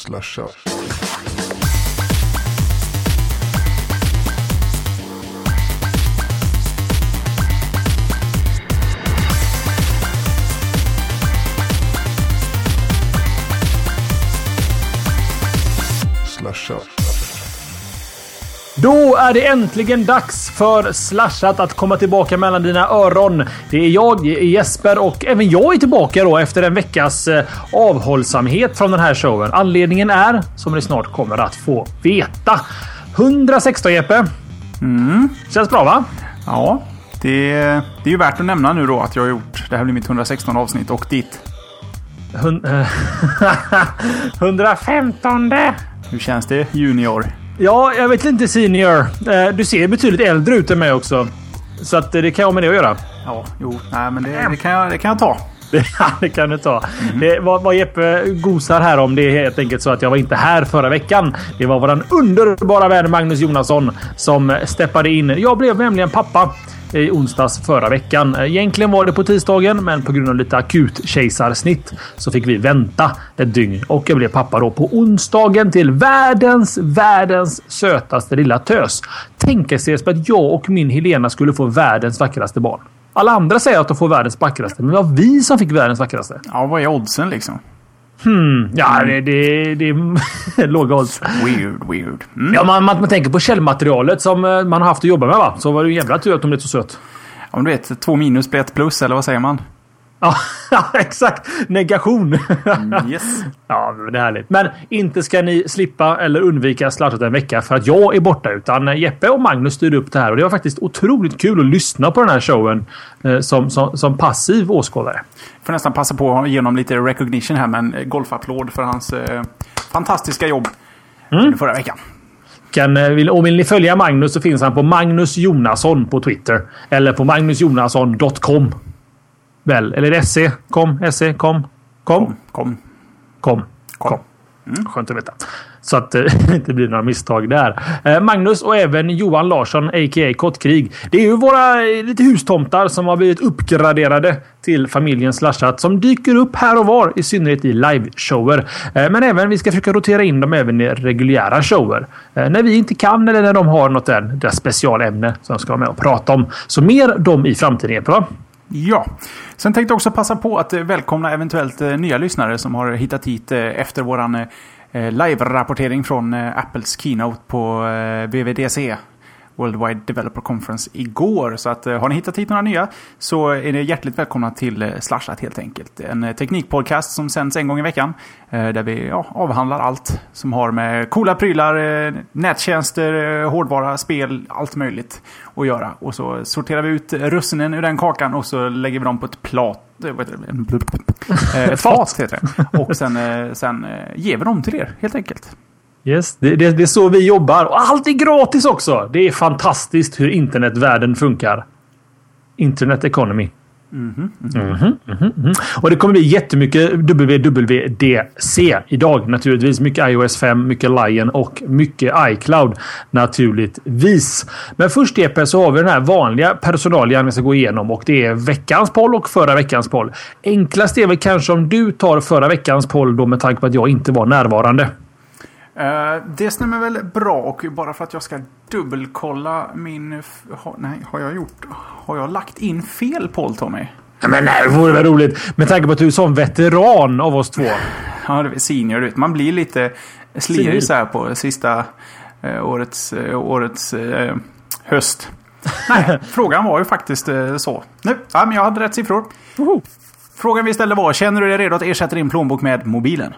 Slasha. Slasha. Då är det äntligen dags för Slashat att komma tillbaka mellan dina öron. Det är jag, Jesper, och även jag är tillbaka då efter en veckas avhållsamhet från den här showen. Anledningen är, som ni snart kommer att få veta, 116 Jeppe. Känns bra, va? Ja, det är ju värt att nämna nu då att jag har gjort, det här blir mitt 116 avsnitt och ditt 115. Hur känns det, junior? Ja, jag vet inte, senior. Du ser betydligt äldre ut än mig också. Så att det kan jag med det att göra. Ja, nej, men det kan jag ta. Det kan du ta. Vad Jeppe gosar här om, det är helt enkelt så att jag var inte här förra veckan. Det var våran underbara vän Magnus Jonasson som steppade in. Jag blev nämligen pappa i onsdags förra veckan. Egentligen var det på tisdagen, men på grund av lite akut kejsarsnitt så fick vi vänta ett dygn. Och jag blev pappa då på onsdagen till världens sötaste lilla tös. Tänk sig att jag och min Helena skulle få världens vackraste barn. Alla andra säger att de får världens vackraste, men det var vi som fick världens vackraste. Ja, vad är oddsen liksom? Ja, det är låga odds. Weird. Ja, man tänker på källmaterialet som man har haft att jobba med, va? Så var det ju jävla tur att de blev så söt. Om du vet, 2 minus blir 1 plus, eller vad säger man? Ja, exakt. Negation. Yes. Ja, det är härligt. Men inte ska ni slippa eller undvika Slashat en vecka för att jag är borta, utan Jeppe och Magnus styrde upp det här. Och det var faktiskt otroligt kul att lyssna på den här showen som passiv åskådare. Får nästan passa på att ge honom lite recognition här med en golfapplåd för hans fantastiska jobb förra veckan. Vill ni följa Magnus så finns han på Magnus Jonasson på Twitter. Eller på magnusjonasson.com. Väl, eller SE? Kom. Skönt att veta. Så att det inte blir några misstag där. Magnus och även Johan Larsson, a.k.a. Kottkrig. Det är ju våra lite hustomtar som har blivit uppgraderade till familjen Slashat som dyker upp här och var, i synnerhet i liveshower. Men även vi ska försöka rotera in dem även i reguljära shower. När vi inte kan eller när de har något där specialämne som ska vara med och prata om. Så mer dem i framtiden, va? Ja, sen tänkte jag också passa på att välkomna eventuellt nya lyssnare som har hittat hit efter våran live-rapportering från Apples keynote på WWDC, Worldwide Developer Conference, igår. Så att har ni hittat hit några nya så är ni hjärtligt välkomna till Slashat helt enkelt. En teknikpodcast som sänds en gång i veckan där vi avhandlar allt som har med coola prylar, nättjänster, hårdvara, spel, allt möjligt att göra. Och så sorterar vi ut russinen ur den kakan och så lägger vi dem på ett ett fat heter det. Och sen ger vi dem till er helt enkelt. Yes, det är så vi jobbar. Och allt är gratis också. Det är fantastiskt hur internetvärlden funkar. Internet economy. Och det kommer bli jättemycket WWDC idag naturligtvis. Mycket iOS 5, mycket Lion och mycket iCloud naturligtvis. Men först Jeppe så har vi den här vanliga personalian vi ska gå igenom, och det är veckans poll och förra veckans poll. Enklast är väl kanske om du tar förra veckans poll då, med tanke på att jag inte var närvarande. Det stämmer väl bra, och bara för att jag ska dubbelkolla min... Har jag lagt in fel poll, Tommy? Men nej, det vore väl roligt. Med tanke på att du är som veteran av oss två. Ja, det är senior ut. Man blir lite slirig så här på sista årets höst. Nej, frågan var ju faktiskt så. Nu, men jag hade rätt siffror. Frågan vi ställde var: känner du dig redo att ersätta din plånbok med mobilen?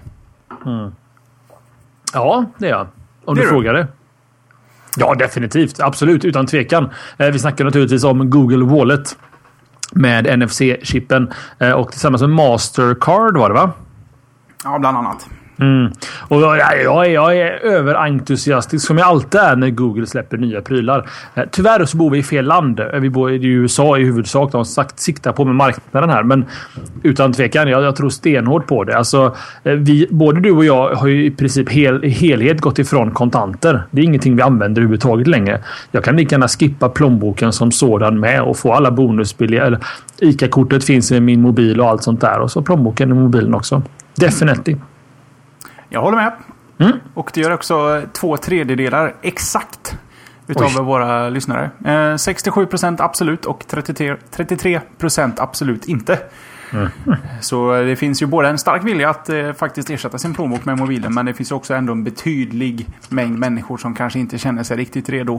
Ja, det är jag. Om du frågar det. Ja, definitivt. Absolut, utan tvekan. Vi snackar naturligtvis om Google Wallet med NFC-chippen. Och tillsammans med Mastercard var det, va? Ja, bland annat. Och jag är överentusiastisk som jag alltid är när Google släpper nya prylar. Tyvärr så bor vi i fel land. Vi bor i USA i huvudsak. De har sagt sikta på med marknaden här. Men utan tvekan, jag tror stenhårt på det. Alltså, både du och jag har ju i princip helhet gått ifrån kontanter. Det är ingenting vi använder överhuvudtaget längre. Jag kan lika gärna skippa plånboken som sådan med och få alla bonusbilliga. Eller ICA-kortet finns i min mobil och allt sånt där. Och så plånboken i mobilen också. Definitivt. Jag håller med. Och det gör också 2/3 exakt utav våra lyssnare. 67% absolut och 33% absolut inte. Så det finns ju både en stark vilja att faktiskt ersätta sin plånbok med mobilen, men det finns också ändå en betydlig mängd människor som kanske inte känner sig riktigt redo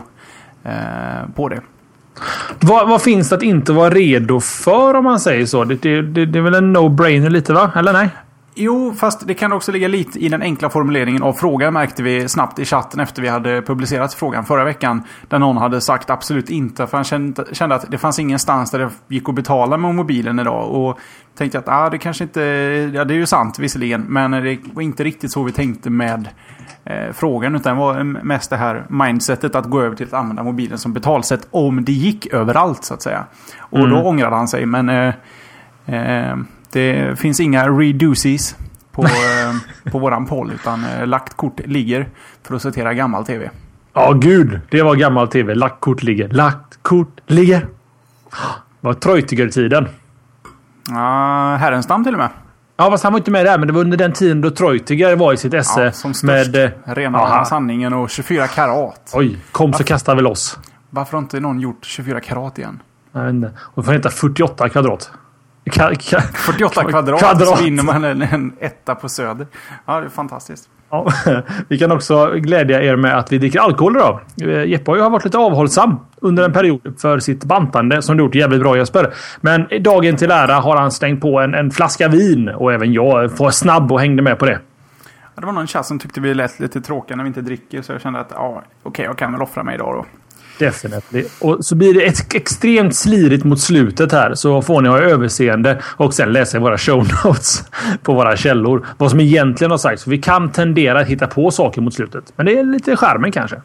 på det. Vad finns det att inte vara redo för, om man säger så? Det är väl en no-brainer lite, va? Eller nej? Jo, fast det kan också ligga lite i den enkla formuleringen av frågan, märkte vi snabbt i chatten efter vi hade publicerat frågan förra veckan, där någon hade sagt absolut inte, för han kände att det fanns ingenstans där det gick att betala med mobilen idag, och tänkte att det kanske inte, ja, det är ju sant visserligen, men det var inte riktigt så vi tänkte med frågan, utan det var mest det här mindsetet att gå över till att använda mobilen som betalsätt om det gick överallt, så att säga. Och då ångrade han sig, men det finns inga reduces på våran poll, utan lagt kort ligger, för att citera gammal tv. Ja, gud. Det var gammal tv. Lagt kort ligger. Lagt kort ligger. Vad Treutiger-tiden. Ja, Härenstam till och med. Ja, fast han var inte med där, men det var under den tiden då Treutiger var i sitt esse. Ja, som störst. Med rena sanningen och 24 karat. Oj, så kastar vi loss. Varför har inte någon gjort 24 karat igen? Jag vet inte. Och får heta 48 kvadrat. 48 kvadrat. Så vinner man en etta på Söder. Ja, det är fantastiskt. Ja, vi kan också glädja er med att vi dricker alkohol idag. Jeppe har ju varit lite avhållsam under en period för sitt bantande, som du gjort jävligt bra, Jesper. Men dagen till ära har han stängt på en flaska vin, och även jag var snabb och hängde med på det. Ja, det var någon chatt som tyckte vi lät lite tråkiga när vi inte dricker, så jag kände att okej, jag kan väl offra mig idag då. Definitivt. Och så blir det ett extremt slirigt mot slutet här, så får ni ha överseende och sen läsa våra show notes på våra källor. Vad som egentligen har sagts. För vi kan tendera att hitta på saker mot slutet. Men det är lite charmen kanske.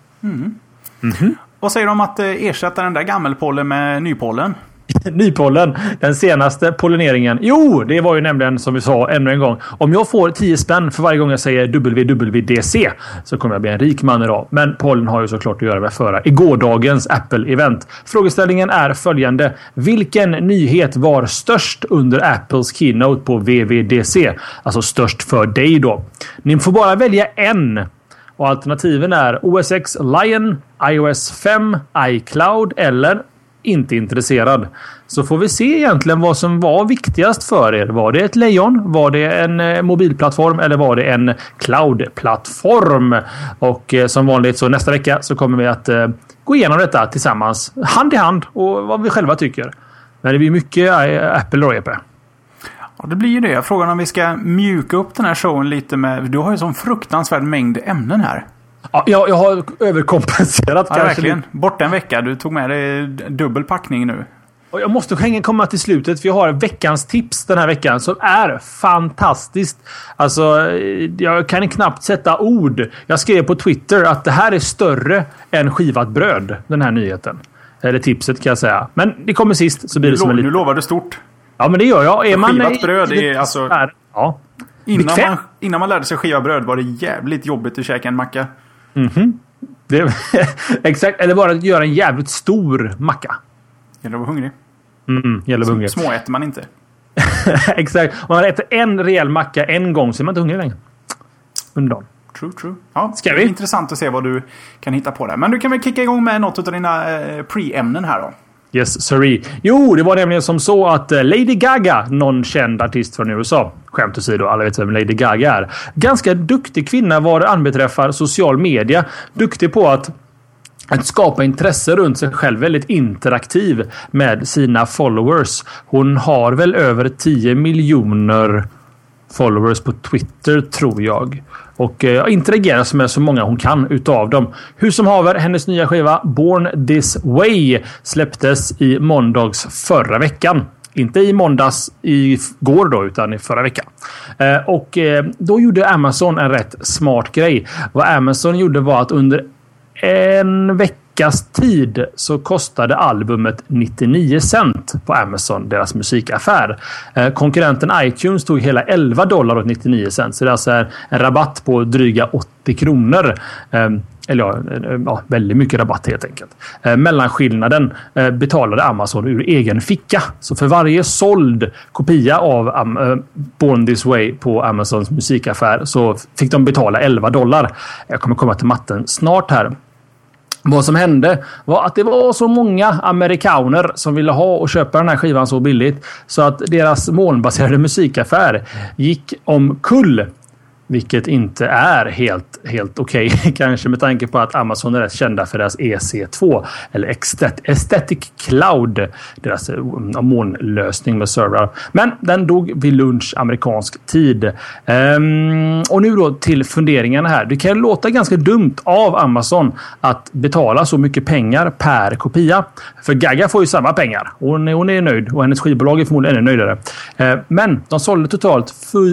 Vad säger de om att ersätta den där gammelpollen med nypollen? Nypollen, den senaste pollineringen. Jo, det var ju nämligen, som vi sa ännu en gång, om jag får 10 spänn för varje gång jag säger WWDC, så kommer jag bli en rik man idag. Men pollen har ju såklart att göra med förra i gårdagens Apple-event. Frågeställningen är följande: vilken nyhet var störst under Apples keynote på WWDC? Alltså störst för dig då. Ni får bara välja en. Och alternativen är OS X Lion, iOS 5, iCloud eller inte intresserad. Så får vi se egentligen vad som var viktigast för er. Var det ett lejon? Var det en mobilplattform? Eller var det en cloud-plattform? Och som vanligt så nästa vecka så kommer vi att gå igenom detta tillsammans, hand i hand, och vad vi själva tycker. Men det blir mycket Apple och EP. Ja, det blir ju det. Frågan om vi ska mjuka upp den här showen lite med... Du har ju sån fruktansvärd mängd ämnen här. Ja, jag har överkompenserat kanske. Verkligen. Bort en vecka. Du tog med dig dubbel packning nu. Och jag måste komma till slutet, för jag har veckans tips den här veckan som är fantastiskt. Alltså, jag kan knappt sätta ord. Jag skrev på Twitter att det här är större än skivat bröd, den här nyheten. Eller tipset kan jag säga. Men det kommer sist, så blir det som en liten... Nu lovar du stort. Ja, men det gör jag. Skivat bröd är alltså... Ja. Innan man lärde sig skiva bröd var det jävligt jobbigt att käka en macka. Exakt, eller bara att göra en jävligt stor macka. Gäller att vara hungrig. Gäller att vara hungrig. Små äter man inte. Exakt. Om man äter en rejäl macka en gång så är man inte hungrig längre. Under dagen. True. Ja, ska vi? Det är intressant att se vad du kan hitta på där. Men du kan väl kicka igång med något av dina pre-ämnen här då. Yes, sorry. Jo, det var nämligen som så att Lady Gaga, någon känd artist från USA, skämt åsido, alla vet vem Lady Gaga är, ganska duktig kvinna vad det anbeträffar social media. Duktig på att skapa intresse runt sig själv, väldigt interaktiv med sina followers. Hon har väl över 10 miljoner followers på Twitter, tror jag. Och interagerar med så många hon kan utav dem. Hur som haver, hennes nya skiva Born This Way släpptes i måndags förra veckan. Inte i måndags igår då, utan i förra veckan. Och då gjorde Amazon en rätt smart grej. Vad Amazon gjorde var att under en veckas tid så kostade albumet 99 cent på Amazon, deras musikaffär. Konkurrenten iTunes tog hela $11 och 99 cent. Så det är alltså en rabatt på dryga 80 kronor. väldigt mycket rabatt helt enkelt. Mellanskillnaden betalade Amazon ur egen ficka. Så för varje såld kopia av Born This Way på Amazons musikaffär så fick de betala $11. Jag kommer komma till matten snart här. Vad som hände var att det var så många amerikaner som ville ha och köpa den här skivan så billigt så att deras molnbaserade musikaffär gick omkull. Vilket inte är helt okej. Kanske med tanke på att Amazon är rätt kända för deras EC2 eller Aesthetic Cloud. Deras molnlösning med servrar. Men den dog vid lunch amerikansk tid. Och nu då till funderingarna här. Det kan låta ganska dumt av Amazon att betala så mycket pengar per kopia. För Gaga får ju samma pengar. Hon är nöjd och hennes skivbolag är förmodligen ännu nöjdare. Men de sålde totalt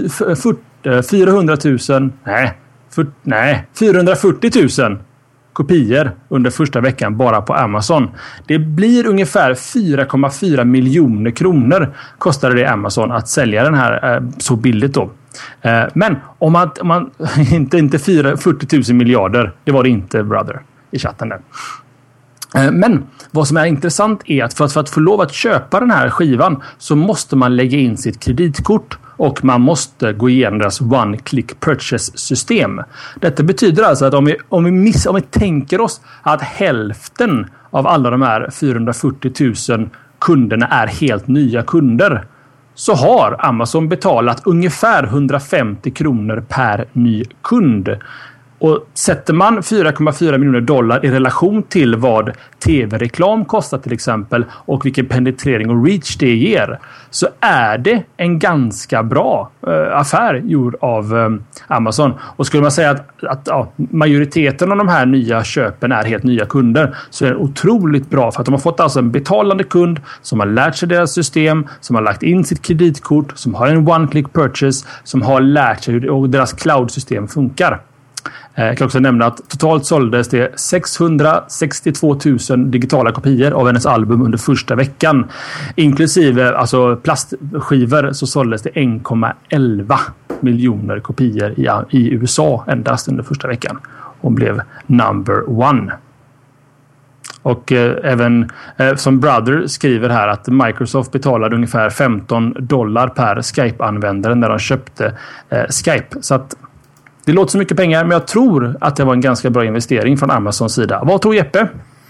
440 000 kopior under första veckan bara på Amazon. Det blir ungefär 4,4 miljoner kronor kostade det Amazon att sälja den här så billigt då. Men om man inte 40 000 miljarder, det var det inte, brother, i chatten där. Men vad som är intressant är att för att få lov att köpa den här skivan så måste man lägga in sitt kreditkort och man måste gå igenom deras one-click purchase-system. Detta betyder alltså att om vi tänker oss att hälften av alla de här 440 000 kunderna är helt nya kunder så har Amazon betalat ungefär 150 kronor per ny kund. Och sätter man 4,4 miljoner dollar i relation till vad tv-reklam kostar till exempel och vilken penetrering och reach det ger så är det en ganska bra affär gjord av Amazon. Och skulle man säga att majoriteten av de här nya köpen är helt nya kunder så är det otroligt bra för att de har fått alltså en betalande kund som har lärt sig deras system, som har lagt in sitt kreditkort, som har en one-click purchase, som har lärt sig hur deras cloud-system funkar. Jag kan också nämna att totalt såldes det 662 000 digitala kopior av hennes album under första veckan. Inklusive alltså plastskivor så såldes det 1,11 miljoner kopior i USA endast under första veckan. Och blev number one. Och även som Brother skriver här att Microsoft betalade ungefär $15 per Skype-användare när de köpte Skype. Så att det låter så mycket pengar, men jag tror att det var en ganska bra investering från Amazons sida. Vad tror Jeppe?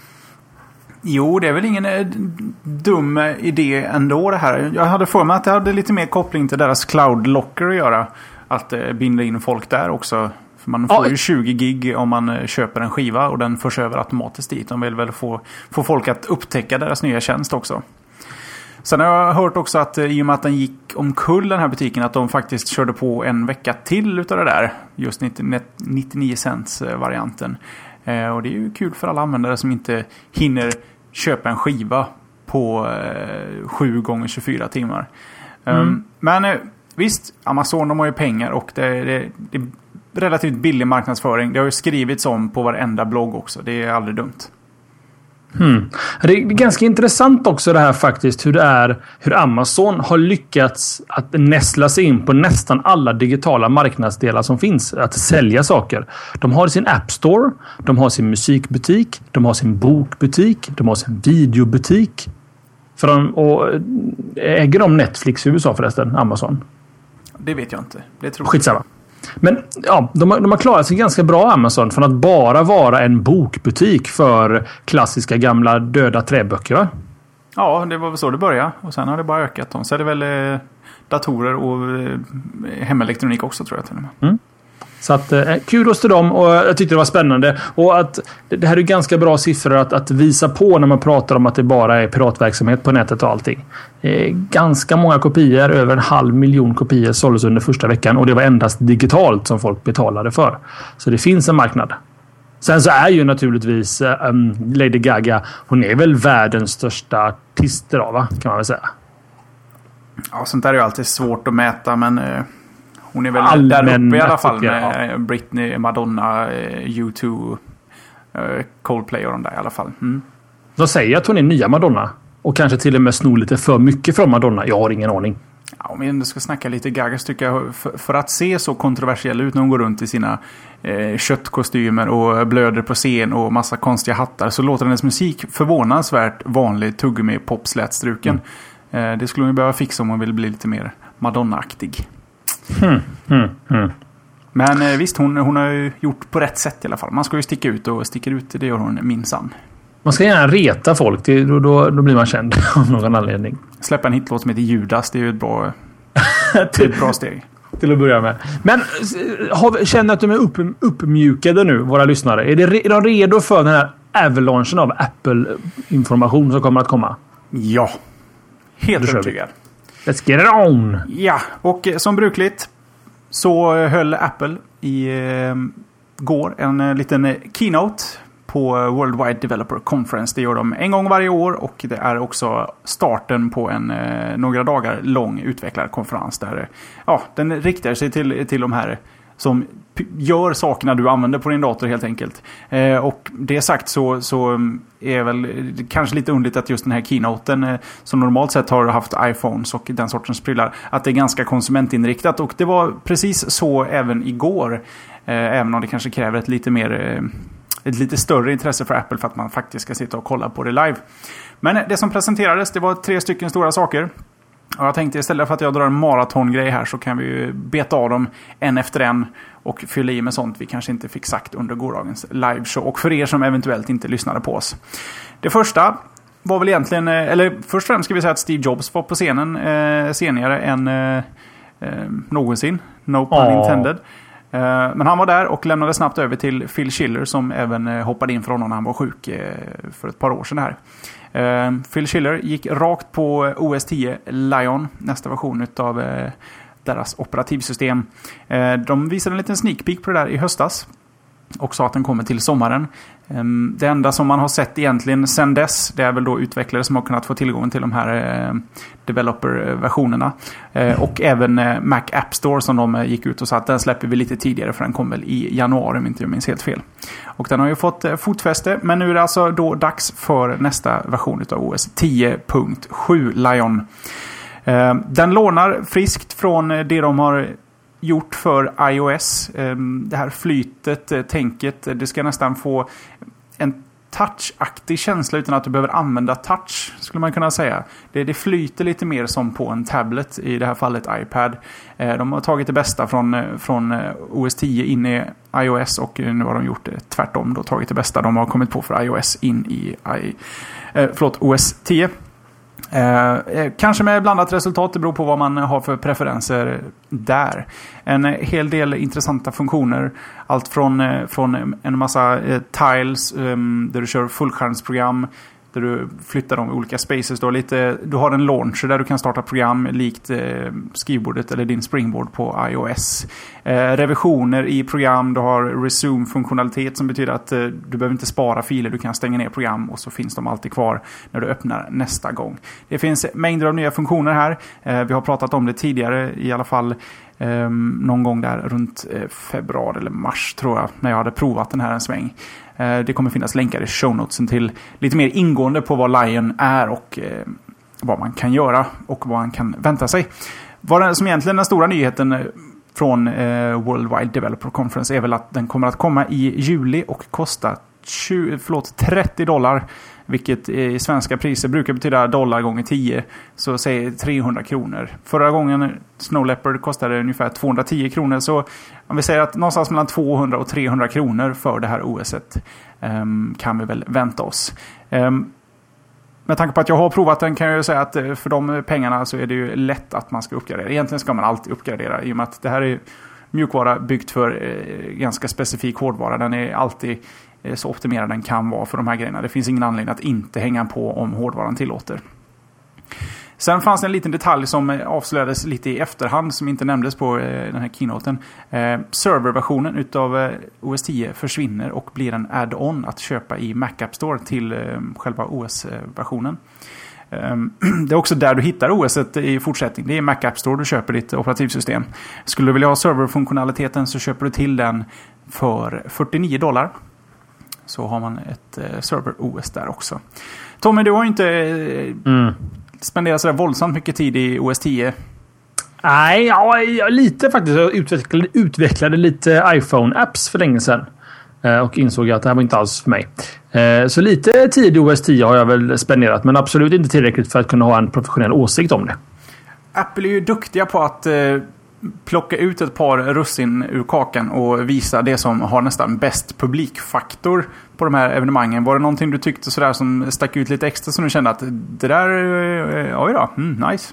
Jo, det är väl ingen dum idé ändå det här. Jag hade för mig att det hade lite mer koppling till deras Cloud Locker att göra. Att binda in folk där också. För man får ju 20 gig om man köper en skiva och den förs över automatiskt dit. De vill väl få folk att upptäcka deras nya tjänst också. Sen har jag hört också att i och med att den gick omkull den här butiken att de faktiskt körde på en vecka till utav det där. Just 99 cents varianten. Och det är ju kul för alla användare som inte hinner köpa en skiva på 7 gånger 24 timmar. Men visst, Amazon de har ju pengar och det är relativt billig marknadsföring. Det har ju skrivits om på varenda blogg också. Det är aldrig dumt. Det är ganska intressant också det här faktiskt hur Amazon har lyckats att nästla sig in på nästan alla digitala marknadsdelar som finns att sälja saker. De har sin App Store, de har sin musikbutik, de har sin bokbutik, de har sin videobutik. Äger de Netflix i USA förresten, Amazon? Det vet jag inte. Det tror jag. Skitsamma. Men ja, de har klarat sig ganska bra Amazon från att bara vara en bokbutik för klassiska gamla döda träböcker, va? Ja, det var väl så det började. Och sen har det bara ökat. De säljer väl datorer och hemelektronik också, tror jag till och med. Så att kudos till dem och jag tyckte det var spännande. Och att det här är ganska bra siffror att visa på när man pratar om att det bara är piratverksamhet på nätet och allting. Ganska många kopior, över 500 000 kopior såldes under första veckan och det var endast digitalt som folk betalade för. Så det finns en marknad. Sen så är ju naturligtvis Lady Gaga, hon är väl världens största artist idag, va? Kan man väl säga. Ja, sånt där är ju alltid svårt att mäta, men hon är väl där uppe i alla fall med Britney, Madonna, U2, Coldplay och de där i alla fall. De säger att hon är nya Madonna och kanske till och med snor lite för mycket från Madonna. Jag har ingen aning. om vi ändå ska snacka lite Gaga, så tycker jag för att se så kontroversiell ut när hon går runt i sina köttkostymer och blöder på scen och massa konstiga hattar, så låter hennes musik förvånansvärt vanlig tuggummi pop slätstruken. Det skulle hon ju behöva fixa om hon vill bli lite mer Madonna-aktig. Men visst, hon har ju gjort på rätt sätt i alla fall. Man ska ju sticka ut, och sticker ut, det gör hon minsann. Man ska gärna reta folk, då blir man känd av någon anledning. Släppa en hitlåt som heter Judas, det är ju ett bra steg. Till att börja med. Men känner att de är uppmjukade nu, våra lyssnare? Är de redo för den här avalanchen av Apple-information som kommer att komma? Ja, helt övertygad. Let's get it on! Ja, och som brukligt så höll Apple i går en liten keynote på World Wide Developer Conference. Det gör de en gång varje år, och det är också starten på en några dagar lång utvecklarkonferens där den riktar sig till de här som gör sakerna du använder på din dator helt enkelt. Och det sagt så är väl kanske lite underligt att just den här keynoten som normalt sett har haft iPhones och den sortens prylar, att det är ganska konsumentinriktat, och det var precis så även igår, även om det kanske kräver ett lite större intresse för Apple för att man faktiskt ska sitta och kolla på det live. Men det som presenterades, det var 3 stycken stora saker. Och jag tänkte istället för att jag drar en maratongrej här, så kan vi ju beta av dem en efter en och fylla i med sånt vi kanske inte fick sagt under gårdagens liveshow. Och för er som eventuellt inte lyssnade på oss. Det första var väl egentligen, eller först och främst ska vi säga att Steve Jobs var på scenen senare än någonsin. No pun intended. Men han var där och lämnade snabbt över till Phil Schiller, som även hoppade in för honom när han var sjuk för ett par år sedan här. Phil Schiller gick rakt på OS 10 Lion, nästa version av deras operativsystem. De visade en liten sneak peek på det där i höstas och sa att den kommer till sommaren. Det enda som man har sett egentligen sedan dess, det är väl då utvecklare som har kunnat få tillgång till de här developer-versionerna. Och även Mac App Store som de gick ut och sa att den släpper vi lite tidigare, för den kom väl i januari om inte jag minns helt fel. Och den har ju fått fotfäste, men nu är det alltså då dags för nästa version av OS 10.7 Lion. Den lånar friskt från det de har gjort för iOS. Det här flytet, tänket, det ska nästan få en touchaktig känsla utan att du behöver använda touch, skulle man kunna säga. Det flyter lite mer som på en tablet, i det här fallet iPad. De har tagit det bästa från OS 10 in i iOS, och nu har de gjort det tvärtom. De har tagit det bästa de har kommit på för iOS in i OS 10. Kanske med blandat resultat, det beror på vad man har för preferenser där. En hel del intressanta funktioner, allt från en massa tiles där du kör fullskärmsprogram, där du flyttar de olika spaces. Du har en launcher där du kan starta program likt skrivbordet eller din springboard på iOS. Revisioner i program, du har resume-funktionalitet som betyder att du behöver inte spara filer, du kan stänga ner program och så finns de alltid kvar när du öppnar nästa gång. Det finns mängder av nya funktioner här. Vi har pratat om det tidigare, i alla fall någon gång där runt februari eller mars tror jag, när jag hade provat den här en sväng. Det kommer finnas länkar i shownotesen till lite mer ingående på vad Lion är och vad man kan göra och vad man kan vänta sig. Vad som egentligen den stora nyheten från World Wide Developer Conference är väl att den kommer att komma i juli och kosta $30, vilket i svenska priser brukar betyda dollar gånger 10, så säg 300 kronor. Förra gången Snow Leopard kostade ungefär 210 kronor, så om vi säger att någonstans mellan 200 och 300 kronor för det här OSet kan vi väl vänta oss. Med tanke på att jag har provat den kan jag ju säga att för de pengarna så är det ju lätt att man ska uppgradera. Egentligen ska man alltid uppgradera, i och med att det här är mjukvara byggt för ganska specifik hårdvara. Den är alltid så optimerad den kan vara för de här grejerna. Det finns ingen anledning att inte hänga på om hårdvaran tillåter. Sen fanns det en liten detalj som avslöjades lite i efterhand som inte nämndes på den här keynoten. Serverversionen utav OS 10 försvinner och blir en add-on att köpa i Mac App Store till själva OS-versionen. Det är också där du hittar OSet i fortsättning. Det är Mac App Store du köper ditt operativsystem. Skulle du vilja ha serverfunktionaliteten så köper du till den för $49. Så har man ett server-OS där också. Tommy, du har inte spenderat så där våldsamt mycket tid i OS 10. Nej, lite faktiskt. Jag utvecklade lite iPhone-apps för länge sedan. Och insåg att det här var inte alls för mig. Så lite tid i OS 10 har jag väl spenderat. Men absolut inte tillräckligt för att kunna ha en professionell åsikt om det. Apple är ju duktiga på att plocka ut ett par russin ur kakan och visa det som har nästan bäst publikfaktor på de här evenemangen. Var det någonting du tyckte sådär som stack ut lite extra som du kände att det där, oj då, nice?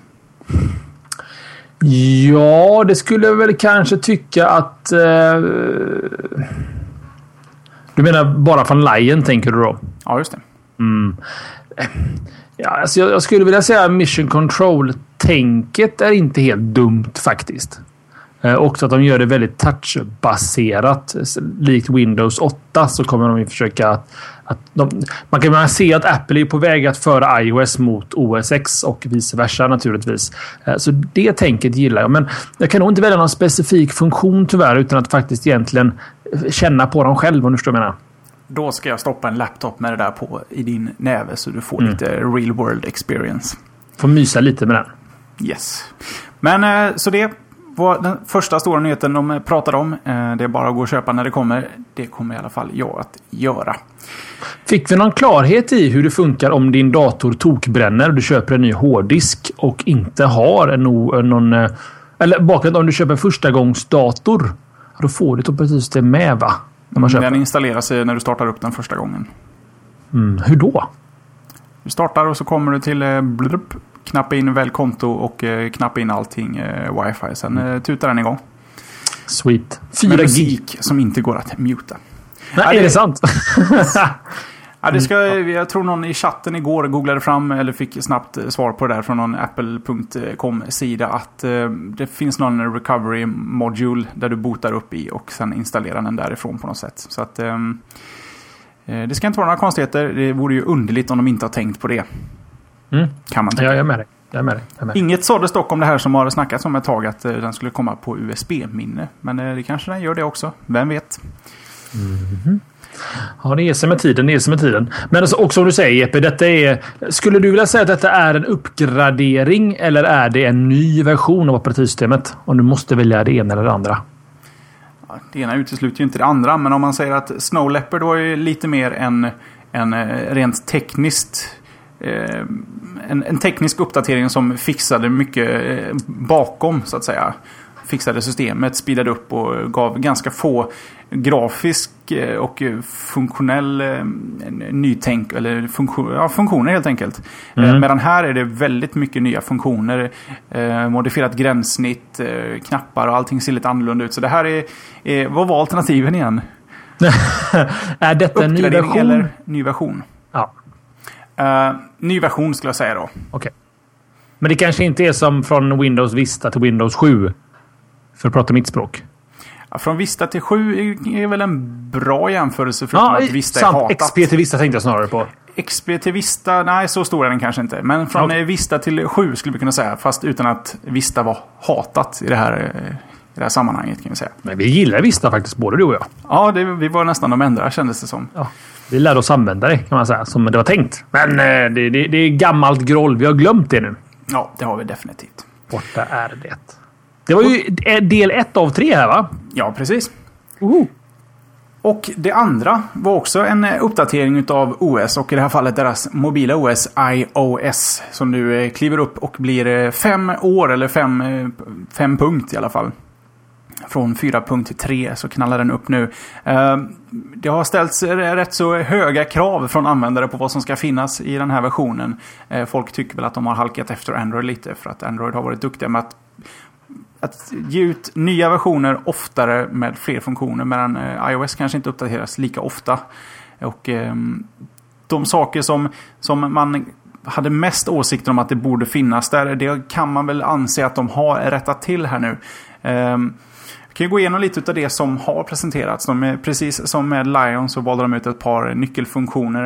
Ja, det skulle jag väl kanske tycka att... Du menar bara från Lion, tänker du då? Ja, just det. Ja, alltså jag skulle vilja säga Mission Control-tänket är inte helt dumt faktiskt. Också att de gör det väldigt touchbaserat. Likt Windows 8 så kommer de ju försöka man kan se att Apple är på väg att föra iOS mot OS X och vice versa naturligtvis. Så det tänket gillar jag. Men jag kan nog inte välja någon specifik funktion tyvärr utan att faktiskt egentligen känna på dem själv, om du förstår vad jag menar. Då ska jag stoppa en laptop med det där på i din näve så du får lite real world experience. Får mysa lite med den. Yes. Men så det var den första stora nyheten de pratade om. Det är bara att gå och köpa när det kommer. Det kommer i alla fall jag att göra. Fick vi någon klarhet i hur det funkar om din dator tokbränner och du köper en ny hårddisk och inte har någon... Eller bakgrund om du köper en förstagångsdator, då får du ett operativsystem med, va? När man köper. Den installeras när du startar upp den första gången. Hur då? Du startar och så kommer du till knappa in väl konto och knappa in allting wifi. Sen tutar den igång. Sweet. 4 musik som inte går att muta. Nej, är det sant? Ja, jag tror någon i chatten igår googlade fram eller fick snabbt svar på det där från någon apple.com-sida att det finns någon recovery module där du bootar upp i och sen installerar den därifrån på något sätt. Så att det ska inte vara några konstigheter. Det vore ju underligt om de inte har tänkt på det. Kan man tänka. Ja, jag är med dig. Inget såddes dock om det här som har snackats om ett tag att den skulle komma på USB-minne. Men det kanske den gör det också. Vem vet? Ja, det är sig med tiden. Men alltså, också som du säger, Jeppe, detta är... Skulle du vilja säga att detta är en uppgradering eller är det en ny version av operativsystemet? Om du måste välja det ena eller det andra. Ja, det ena utesluter ju inte det andra. Men om man säger att Snow Leopard var ju lite mer en rent tekniskt... En teknisk uppdatering som fixade mycket bakom, så att säga. Fixade systemet, speedade upp och gav ganska få grafisk och funktionell nytänk eller funktioner helt enkelt. Medan här är det väldigt mycket nya funktioner, modifierat gränssnitt, knappar och allting ser lite annorlunda ut. Så det här vad var alternativen igen? Är detta en ny version? Eller ny version? Ja. Ny version skulle jag säga då. Okej. Men det kanske inte är som från Windows Vista till Windows 7. För att prata mitt språk. Ja, från Vista till 7 är väl en bra jämförelse för att Vista är hatat. XP till Vista tänkte jag snarare på. XP till Vista, nej så stor är den kanske inte. Men från Vista till 7 skulle vi kunna säga. Fast utan att Vista var hatat i det här sammanhanget kan vi säga. Men vi gillar Vista faktiskt, både du och jag. Ja, vi var nästan de enda kändes det som. Ja. Vi lärde oss använda det kan man säga, som det var tänkt. Men det är gammalt groll, vi har glömt det nu. Ja, det har vi definitivt. Borta är det. Det var ju del 1 av 3 här, va? Ja, precis. Och det andra var också en uppdatering utav OS och i det här fallet deras mobila OS iOS som nu kliver upp och blir 5 år eller 5 punkt i alla fall. Från 4.3 så knallar den upp nu. Det har ställts rätt så höga krav från användare på vad som ska finnas i den här versionen. Folk tycker väl att de har halkat efter Android lite för att Android har varit duktiga med att ge ut nya versioner oftare med fler funktioner, medan iOS kanske inte uppdateras lika ofta. Och de saker som man hade mest åsikter om att det borde finnas där, det kan man väl anse att de har rättat till här nu. Jag kan gå igenom lite av det som har presenterats. Precis som med Lion så valde de ut ett par nyckelfunktioner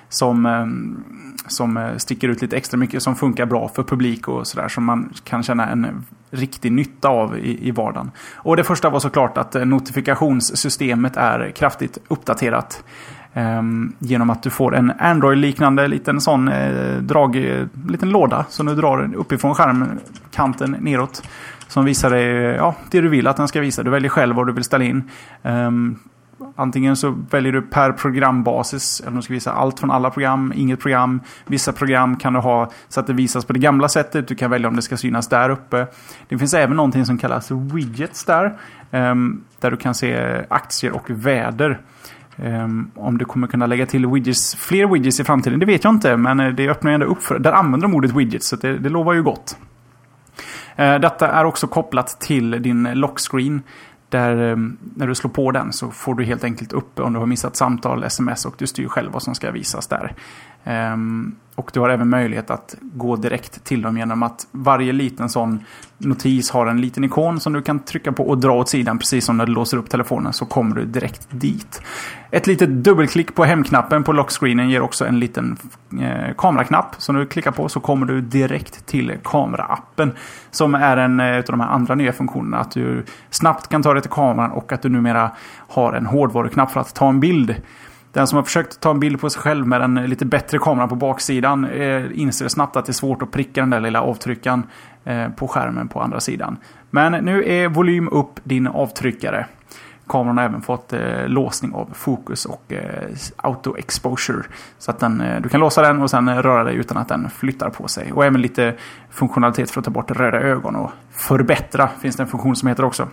som sticker ut lite extra mycket, som funkar bra för publik och sådär, som man kan känna en riktig nytta av i vardagen. Och det första var såklart att notifikationssystemet är kraftigt uppdaterat. Genom att du får en Android-liknande liten sån liten låda som du drar uppifrån skärmkanten neråt. Som visar dig det du vill att den ska visa. Du väljer själv vad du vill ställa in. Antingen så väljer du per programbasis, eller du ska visa allt från alla program, inget program. Vissa program kan du ha så att det visas på det gamla sättet. Du kan välja om det ska synas där uppe. Det finns även någonting som kallas widgets där. Där du kan se aktier och väder. Om du kommer kunna lägga till fler widgets i framtiden, det vet jag inte. Men det öppnar ju ändå upp för. Där använder de ordet widgets, så det lovar ju gott. Detta är också kopplat till din lockscreen. Där när du slår på den så får du helt enkelt upp om du har missat samtal, sms, och du styr själv vad som ska visas där. Och du har även möjlighet att gå direkt till dem genom att varje liten sån notis har en liten ikon som du kan trycka på och dra åt sidan, precis som när du låser upp telefonen, så kommer du direkt dit. Ett litet dubbelklick på hemknappen på lockscreenen ger också en liten kameraknapp som du klickar på, så kommer du direkt till kameraappen, som är en av de här andra nya funktionerna, att du snabbt kan ta dig till kameran och att du numera har en hårdvaruknapp för att ta en bild. Den som har försökt ta en bild på sig själv med en lite bättre kamera på baksidan inser snabbt att det är svårt att pricka den där lilla avtryckaren på skärmen på andra sidan. Men nu är volym upp din avtryckare. Kameran har även fått låsning av fokus och auto exposure. Så att du kan låsa den och sen röra dig utan att den flyttar på sig. Och även lite funktionalitet för att ta bort röda ögon och förbättra finns det en funktion som heter också.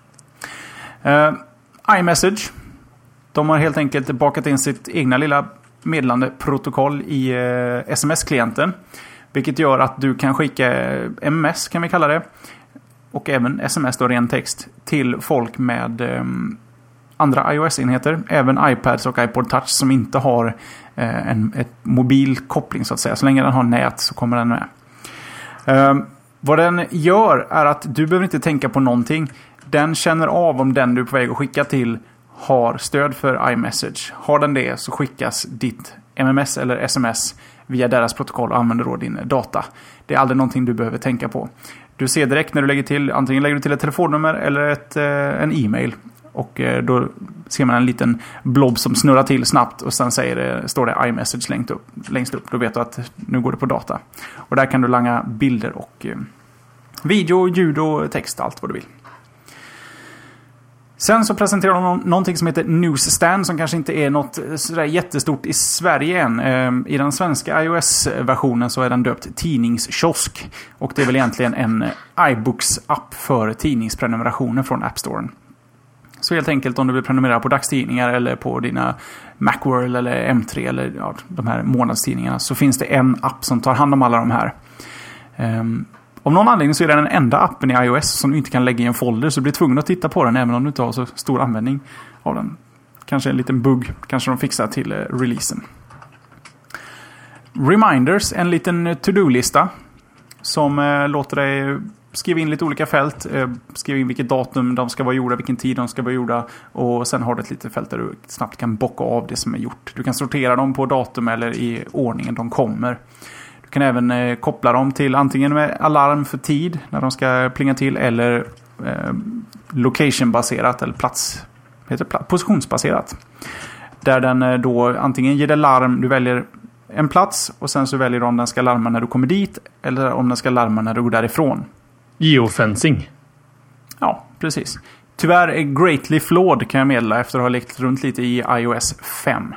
iMessage. De har helt enkelt bakat in sitt egna lilla meddelandeprotokoll i sms-klienten. Vilket gör att du kan skicka MMS, kan vi kalla det. Och även sms, då, ren text, till folk med andra iOS-enheter. Även iPads och iPod Touch som inte har ett mobil koppling, så att säga. Så länge den har nät så kommer den med. Vad den gör är att du behöver inte tänka på någonting. Den känner av om den du är på väg att skicka till har stöd för iMessage. Har den det så skickas ditt MMS eller sms via deras protokoll och använder då din data. Det är aldrig någonting du behöver tänka på. Du ser direkt när du lägger till, antingen lägger du till ett telefonnummer eller en e-mail. Och då ser man en liten blob som snurrar till snabbt och sen står det iMessage längst upp. Då vet du att nu går det på data. Och där kan du langa bilder och video, ljud och text, allt vad du vill. Sen så presenterar de någonting som heter Newsstand, som kanske inte är något sådär jättestort i Sverige än. I den svenska iOS-versionen så är den döpt Tidningskiosk. Och det är väl egentligen en iBooks-app för tidningsprenumerationer från App Storen. Så helt enkelt om du vill prenumerera på dagstidningar eller på dina Macworld eller M3 eller de här månadstidningarna, så finns det en app som tar hand om alla de här. Om någon anledning så är det den enda appen i iOS som du inte kan lägga i en folder, så du blir tvungen att titta på den även om du inte har så stor användning av den. Kanske en liten bugg, kanske de fixar till releasen. Reminders, en liten to-do-lista som låter dig skriva in lite olika fält. Skriva in vilket datum de ska vara gjorda, vilken tid de ska vara gjorda, och sen har du ett litet fält där du snabbt kan bocka av det som är gjort. Du kan sortera dem på datum eller i ordningen de kommer. Du kan även koppla dem till antingen med alarm för tid när de ska plinga till, eller location-baserat eller positionsbaserat. Där den då antingen ger dig larm, du väljer en plats och sen så väljer du om den ska larma när du kommer dit eller om den ska larma när du går därifrån. Geofencing. Ja, precis. Tyvärr är greatly flawed, kan jag meddela efter att ha lekt runt lite i iOS 5.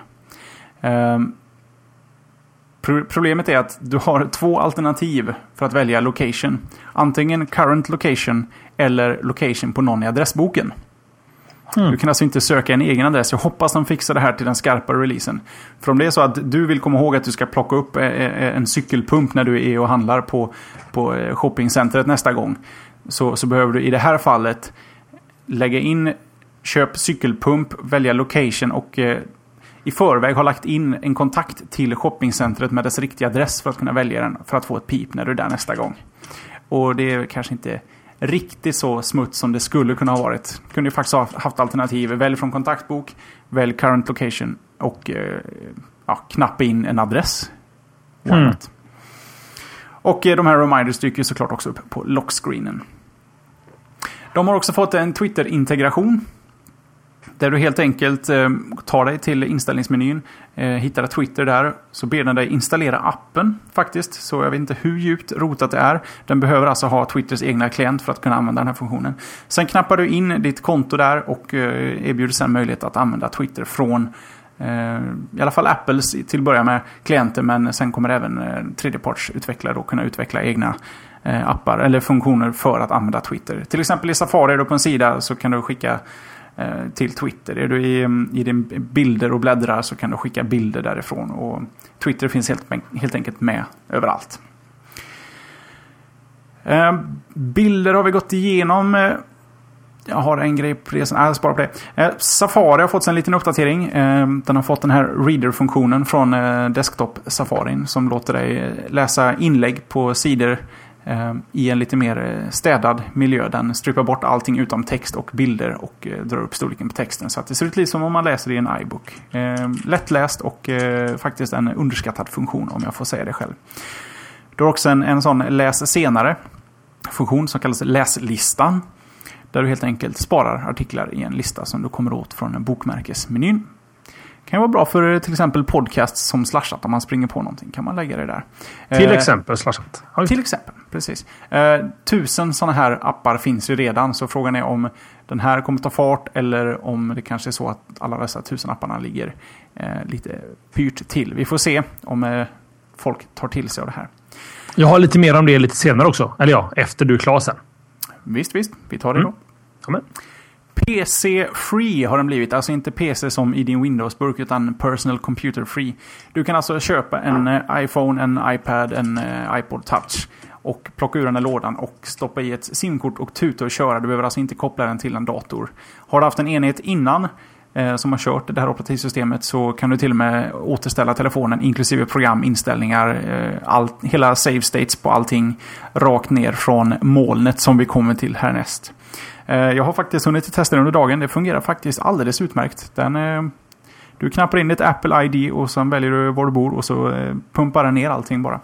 Problemet är att du har två alternativ för att välja location. Antingen current location eller location på någon i adressboken. Du kan alltså inte söka en egen adress. Jag hoppas de fixar det här till den skarpa releasen. För om det är så att du vill komma ihåg att du ska plocka upp en cykelpump när du är och handlar på shoppingcentret nästa gång, så behöver du i det här fallet lägga in köp cykelpump, välja location och i förväg ha lagt in en kontakt till shoppingcentret med dess riktiga adress för att kunna välja den, för att få ett pip när du är där nästa gång. Och det är kanske inte riktigt så smutt som det skulle kunna ha varit. Kunde ju faktiskt ha haft alternativ. Välj från kontaktbok, välj current location och knappa in en adress. Och de här reminders dyker såklart också upp på lockscreenen. De har också fått en Twitter-integration. Där du helt enkelt tar dig till inställningsmenyn, hittar Twitter där, så ber den dig installera appen faktiskt. Så jag vet inte hur djupt rotat det är. Den behöver alltså ha Twitters egna klient för att kunna använda den här funktionen. Sen knappar du in ditt konto där och erbjuder sen möjlighet att använda Twitter från i alla fall Apples till att börja med klienter, men sen kommer även tredjepartsutvecklare då kunna utveckla egna appar eller funktioner för att använda Twitter. Till exempel i Safari är du på en sida så kan du skicka till Twitter. Är du i din bilder och bläddrar så kan du skicka bilder därifrån, och Twitter finns helt enkelt med överallt. Bilder har vi gått igenom. Jag har en grej på det. Jag sparar på det. Safari har fått en liten uppdatering. Den har fått den här reader-funktionen från desktop Safarin som låter dig läsa inlägg på sidor i en lite mer städad miljö. Den stryper bort allting utom text och bilder och drar upp storleken på texten. Så att det ser ut lite som om man läser i en iBook. Lättläst och faktiskt en underskattad funktion, om jag får säga det själv. Du har också en sån läs senare funktion som kallas läslistan. Där du helt enkelt sparar artiklar i en lista som du kommer åt från en bokmärkesmenyn. Kan vara bra för till exempel podcasts som Slashat. Om man springer på någonting kan man lägga det där. Till exempel Slashat. Till exempel, precis. 1000 sådana här appar finns ju redan. Så frågan är om den här kommer ta fart eller om det kanske är så att alla dessa 1000 apparna ligger lite pyrt till. Vi får se om folk tar till sig av det här. Jag har lite mer om det lite senare också. Eller ja, efter du är klar sen. Visst. Vi tar det då. Amen. PC-free har den blivit. Alltså inte PC som i din Windows-burk utan personal computer free. Du kan alltså köpa en iPhone, en iPad, en iPod Touch och plocka ur den här lådan och stoppa i ett SIM-kort och tuta och köra. Du behöver alltså inte koppla den till en dator. Har du haft en enhet innan som har kört det här operativsystemet så kan du till och med återställa telefonen inklusive program, inställningar, hela save states på allting rakt ner från molnet som vi kommer till härnäst. Jag har faktiskt hunnit testa den under dagen. Det fungerar faktiskt alldeles utmärkt. Du knappar in ditt Apple ID och sen väljer du var du bor och så pumpar den ner allting bara.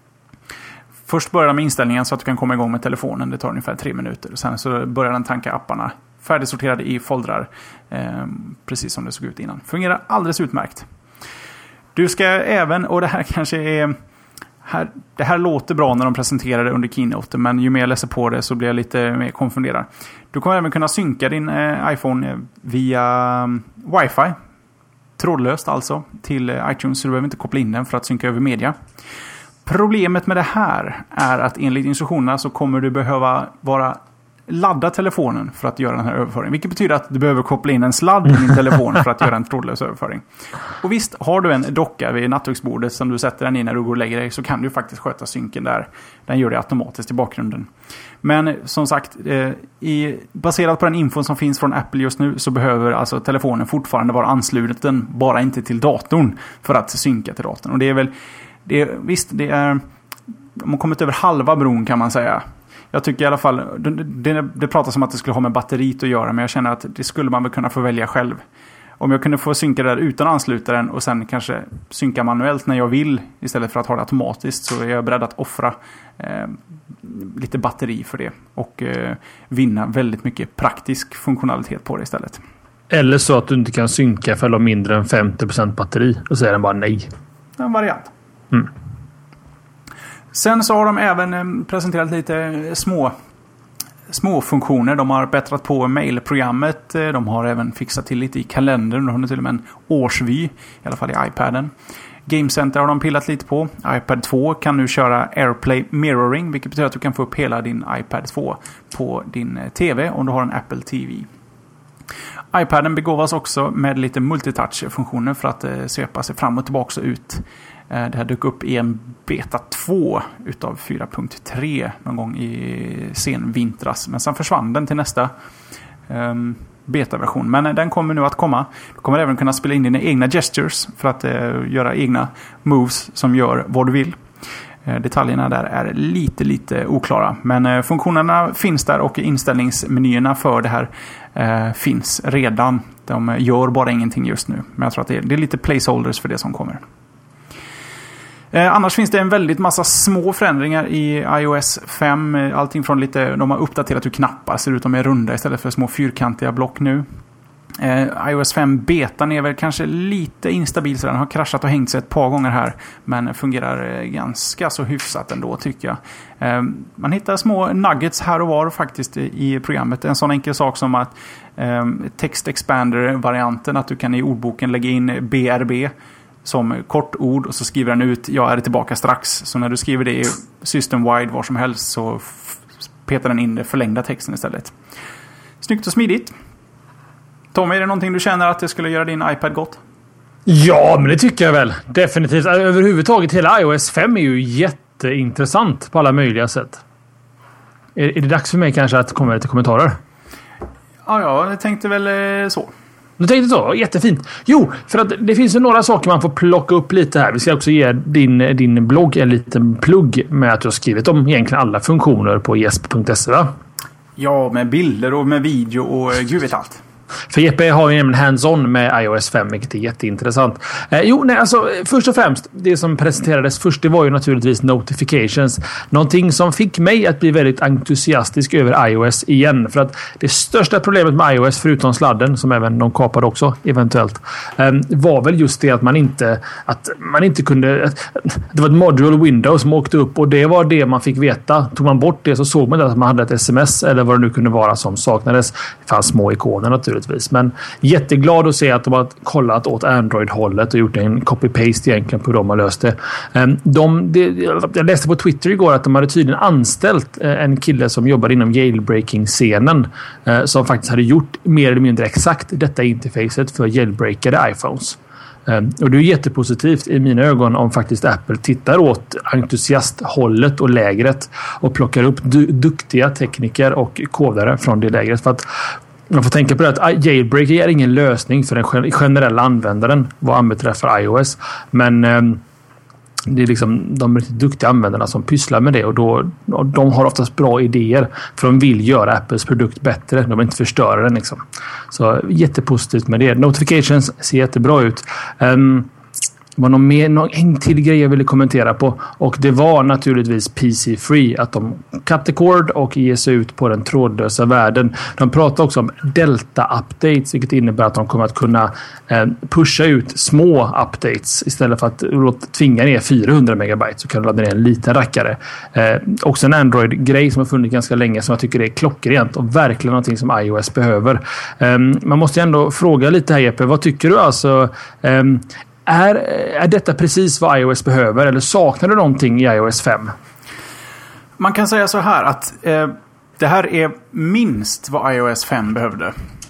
Först börjar med inställningen så att du kan komma igång med telefonen. Det tar ungefär 3 minuter. Sen så börjar den tanka apparna färdigsorterade i foldrar. Precis som det såg ut innan. Fungerar alldeles utmärkt. Du ska även, och det här kanske är... Det här låter bra när de presenterar det under Keynote, men ju mer jag läser på det så blir jag lite mer konfunderad. Du kommer även kunna synka din iPhone via Wi-Fi. Trådlöst alltså till iTunes, så du behöver inte koppla in den för att synka över media. Problemet med det här är att enligt instruktionerna så kommer du behöva ladda telefonen för att göra den här överföringen. Vilket betyder att du behöver koppla in en sladd i din telefon för att göra en trådlös överföring. Och visst, har du en docka vid nattduksbordet som du sätter den i när du går och lägger dig så kan du faktiskt sköta synken där. Den gör det automatiskt i bakgrunden. Men som sagt, baserat på den infon som finns från Apple just nu så behöver alltså telefonen fortfarande vara ansluten, bara inte till datorn för att synka till datorn. Och det är väl, det är man kommit över halva bron kan man säga. Jag tycker i alla fall, det pratas om att det skulle ha med batteriet att göra, men jag känner att det skulle man väl kunna få välja själv. Om jag kunde få synka där utan att ansluta den och sen kanske synka manuellt när jag vill istället för att ha det automatiskt, så är jag beredd att offra lite batteri för det och vinna väldigt mycket praktisk funktionalitet på det istället. Eller så att du inte kan synka för att ha mindre än 50% batteri och säger den bara nej. En variant. Sen så har de även presenterat lite små funktioner. De har bättrat på mailprogrammet. De har även fixat till lite i kalendern. De har till och med en årsvy, i alla fall i iPaden. Game Center har de pillat lite på. iPad 2 kan nu köra AirPlay Mirroring, vilket betyder att du kan få upp hela din iPad 2 på din TV om du har en Apple TV. iPaden begåvas också med lite multitouch-funktioner för att svepa sig fram och tillbaka och ut. Det här dök upp i en beta 2 utav 4.3 någon gång i sen vintras. Men sen försvann den till nästa beta-version. Men den kommer nu att komma. Du kommer även kunna spela in dina egna gestures för att göra egna moves som gör vad du vill. Detaljerna där är lite oklara. Men funktionerna finns där och inställningsmenyerna för det här finns redan. De gör bara ingenting just nu. Men jag tror att det är lite placeholders för det som kommer. Annars finns det en väldigt massa små förändringar i iOS 5. Allting från de har uppdaterat hur knappar ser ut. De är runda istället för små fyrkantiga block nu. iOS 5 betan är väl kanske lite instabil, så den har kraschat och hängt sig ett par gånger här, men fungerar ganska så hyfsat ändå, tycker jag. Man hittar små nuggets här och var faktiskt i programmet. En sån enkel sak som att text expander-varianten, att du kan i ordboken lägga in BRB som kortord och så skriver den ut jag är tillbaka strax. Så när du skriver det i system-wide var som helst så petar den in den förlängda texten istället. Snyggt och smidigt. Tommy, är det någonting du känner att det skulle göra din iPad gott? Ja, men det tycker jag väl. Definitivt. Överhuvudtaget hela iOS 5 är ju jätteintressant på alla möjliga sätt. Är det dags för mig kanske att komma lite kommentarer? Ja, jag tänkte väl så. Du tänkte så? Jättefint. Jo, för att det finns ju några saker man får plocka upp lite här. Vi ska också ge din blogg en liten plugg med att du har skrivit om egentligen alla funktioner på jesp.se, va? Ja, med bilder och med video och gud vet allt. För Jeppe har ju en hands-on med iOS 5, vilket är jätteintressant. Först och främst, det som presenterades först, det var ju naturligtvis notifications. Någonting som fick mig att bli väldigt entusiastisk över iOS igen. För att det största problemet med iOS, förutom sladden, som även de kapade också, eventuellt, var väl just det att man inte kunde... Det var ett module window som åkte upp och det var det man fick veta. Tog man bort det så såg man att man hade ett sms eller vad det nu kunde vara som saknades. Det fanns små ikoner naturligtvis. Men jätteglad att se att de har kollat åt Android-hållet och gjort en copy-paste egentligen på hur de har löst det. Jag läste på Twitter igår att de hade tydligen anställt en kille som jobbar inom jailbreaking-scenen som faktiskt hade gjort mer eller mindre exakt detta interfacet för jailbreakade iPhones. Och det är jättepositivt i mina ögon om faktiskt Apple tittar åt entusiasthållet och lägret och plockar upp duktiga tekniker och kodare från det lägret. För att man får tänka på det att jailbreak är ingen lösning för den generella användaren vad anbeträffar iOS. Men det är liksom de riktigt duktiga användarna som pysslar med det och de har oftast bra idéer för de vill göra Apples produkt bättre. De vill inte förstöra den liksom. Så jättepositivt med det. Notifications ser jättebra ut. Det var en till grej jag ville kommentera på och det var naturligtvis PC Free, att de cut the cord och ger sig ut på den trådlösa världen. De pratar också om Delta-updates, vilket innebär att de kommer att kunna pusha ut små updates istället för att tvinga ner 400 megabyte så kan du ladda ner en liten rackare. Också en Android-grej som har funnits ganska länge som jag tycker är klockrent och verkligen någonting som iOS behöver. Man måste ändå fråga lite här Jeppe, vad tycker du alltså? Är detta precis vad iOS behöver eller saknar du någonting i iOS 5? Man kan säga så här att det här är minst vad iOS 5 behövde.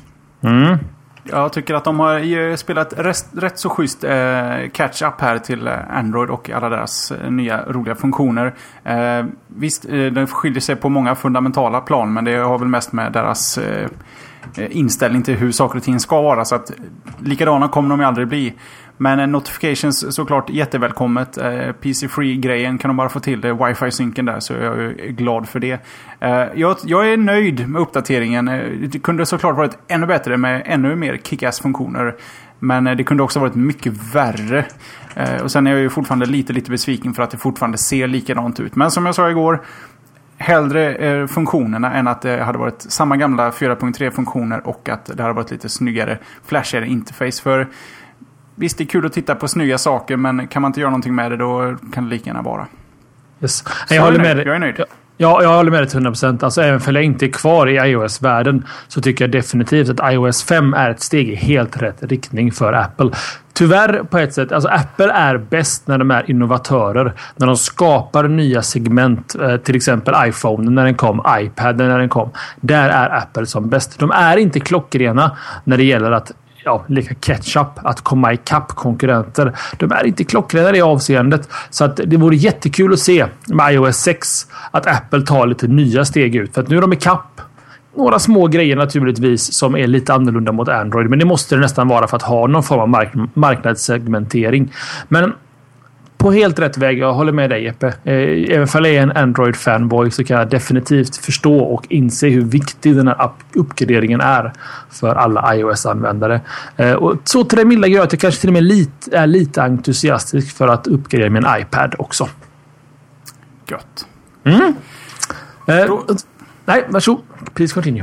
Jag tycker att de har spelat rätt så schysst catch-up här till Android och alla deras nya roliga funktioner. Visst, det skiljer sig på många fundamentala plan, men det har väl mest med deras inställning till hur saker och ting ska vara. Så att likadana kommer de ju aldrig bli. Men notifications såklart jättevälkommet. PC-free-grejen kan de bara få till det. Wi-Fi-synken där, så jag är glad för det. Jag är nöjd med uppdateringen. Det kunde såklart varit ännu bättre med ännu mer kick-ass-funktioner. Men det kunde också varit mycket värre. Och sen är jag ju fortfarande lite besviken för att det fortfarande ser likadant ut. Men som jag sa igår, hellre funktionerna än att det hade varit samma gamla 4.3-funktioner och att det hade varit lite snyggare, flashigare interface. För visst, det är kul att titta på snygga saker, men kan man inte göra någonting med det, då kan det lika gärna vara. Yes. Jag är nöjd. Ja, jag håller med dig till 100%. Alltså, även för jag inte är kvar i iOS-världen så tycker jag definitivt att iOS 5 är ett steg i helt rätt riktning för Apple. Tyvärr på ett sätt, alltså Apple är bäst när de är innovatörer. När de skapar nya segment, till exempel iPhone när den kom, iPad när den kom. Där är Apple som bäst. De är inte klockrena när det gäller att leka catch-up, att komma ikapp konkurrenter. De är inte klockrena i det avseendet. Så att det vore jättekul att se med iOS 6 att Apple tar lite nya steg ut. För att nu är de ikapp. Några små grejer naturligtvis som är lite annorlunda mot Android. Men det måste det nästan vara för att ha någon form av marknadssegmentering. Men på helt rätt väg, jag håller med dig Jeppe. Även om jag är en Android-fanboy så kan jag definitivt förstå och inse hur viktig den här uppgraderingen är för alla iOS-användare. Och så till det milda gör att jag kanske till och med är lite entusiastisk för att uppgradera min iPad också. Gött. Nej, varsågod. Please continue.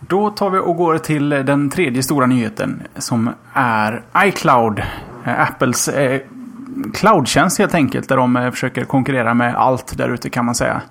Då tar vi och går till den tredje stora nyheten som är iCloud. Apples cloudtjänst helt enkelt, där de försöker konkurrera med allt där ute kan man säga.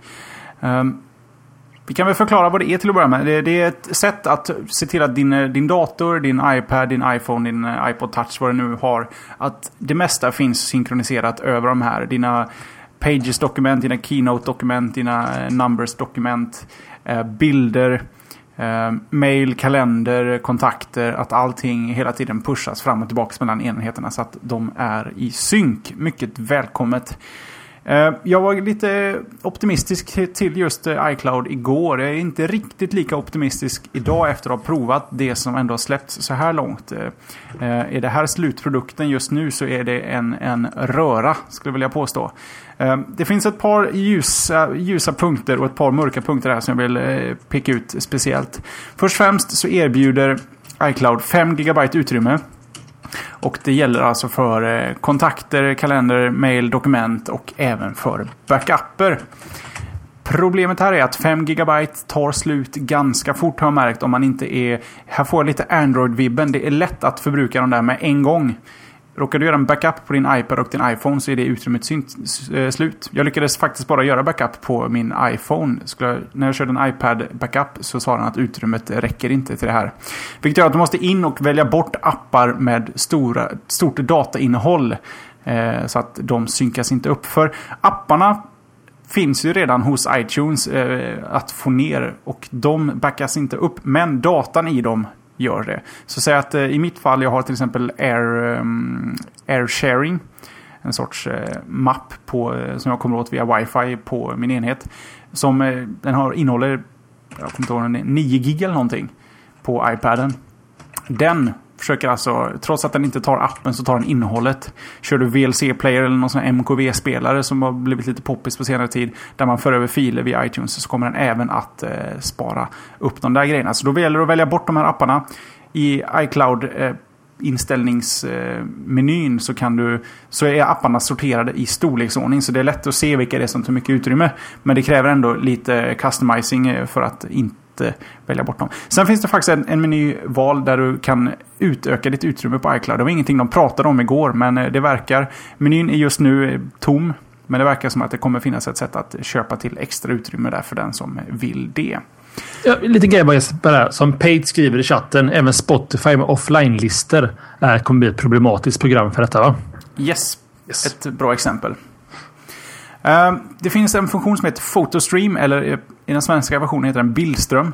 Vi kan väl förklara vad det är till att börja med. Det är ett sätt att se till att din dator, din iPad, din iPhone, din iPod Touch, vad du nu har, att det mesta finns synkroniserat över de här. Dina Pages-dokument, dina Keynote-dokument, dina Numbers-dokument, bilder, mail, kalender, kontakter, att allting hela tiden pushas fram och tillbaka mellan enheterna så att de är i synk. Mycket välkommet. Jag var lite optimistisk till just iCloud igår. Jag är inte riktigt lika optimistisk idag efter att ha provat det som ändå har släppts så här långt. Är det här slutprodukten just nu så är det en röra, skulle jag vilja påstå. Det finns ett par ljusa punkter och ett par mörka punkter här som jag vill peka ut speciellt. Först och främst så erbjuder iCloud 5 GB utrymme. Och det gäller alltså för kontakter, kalender, mail, dokument och även för backuper. Problemet här är att 5 GB tar slut ganska fort, har jag märkt, om man inte är... Här får jag lite Android-vibben. Det är lätt att förbruka dem där med en gång. Råkar du göra en backup på din iPad och din iPhone så är det utrymmet slut. Jag lyckades faktiskt bara göra backup på min iPhone. När jag körde en iPad-backup så sa den att utrymmet räcker inte till det här. Vilket gör att du måste in och välja bort appar med stort datainnehåll. Så att de synkas inte upp. För apparna finns ju redan hos iTunes att få ner. Och de backas inte upp. Men datan i dem gör det. Så säg att i mitt fall jag har till exempel Air Sharing, en sorts mapp som jag kommer åt via wifi på min enhet, som den innehåller, jag kommer inte ihåg, 9 gig eller någonting på iPaden. Den försöker alltså, trots att den inte tar appen så tar den innehållet. Kör du VLC-player eller någon sån här MKV-spelare som har blivit lite poppis på senare tid, där man för över filer via iTunes, så kommer den även att spara upp de där grejerna. Så då gäller det att välja bort de här apparna. I iCloud inställningsmenyn så är apparna sorterade i storleksordning, så det är lätt att se vilka det är som tar mycket utrymme, men det kräver ändå lite customizing för att inte välja bort dem. Sen finns det faktiskt en menyval där du kan utöka ditt utrymme på iCloud. Det var ingenting de pratade om igår, men det verkar, menyn är just nu tom, men det verkar som att det kommer finnas ett sätt att köpa till extra utrymme där för den som vill det. Ja, lite grej bara, som Pate skriver i chatten, även Spotify med offline-lister kommer bli ett problematiskt program för detta, va? Yes. Ett bra exempel. Det finns en funktion som heter Photostream, eller i den svenska versionen heter den Bildström.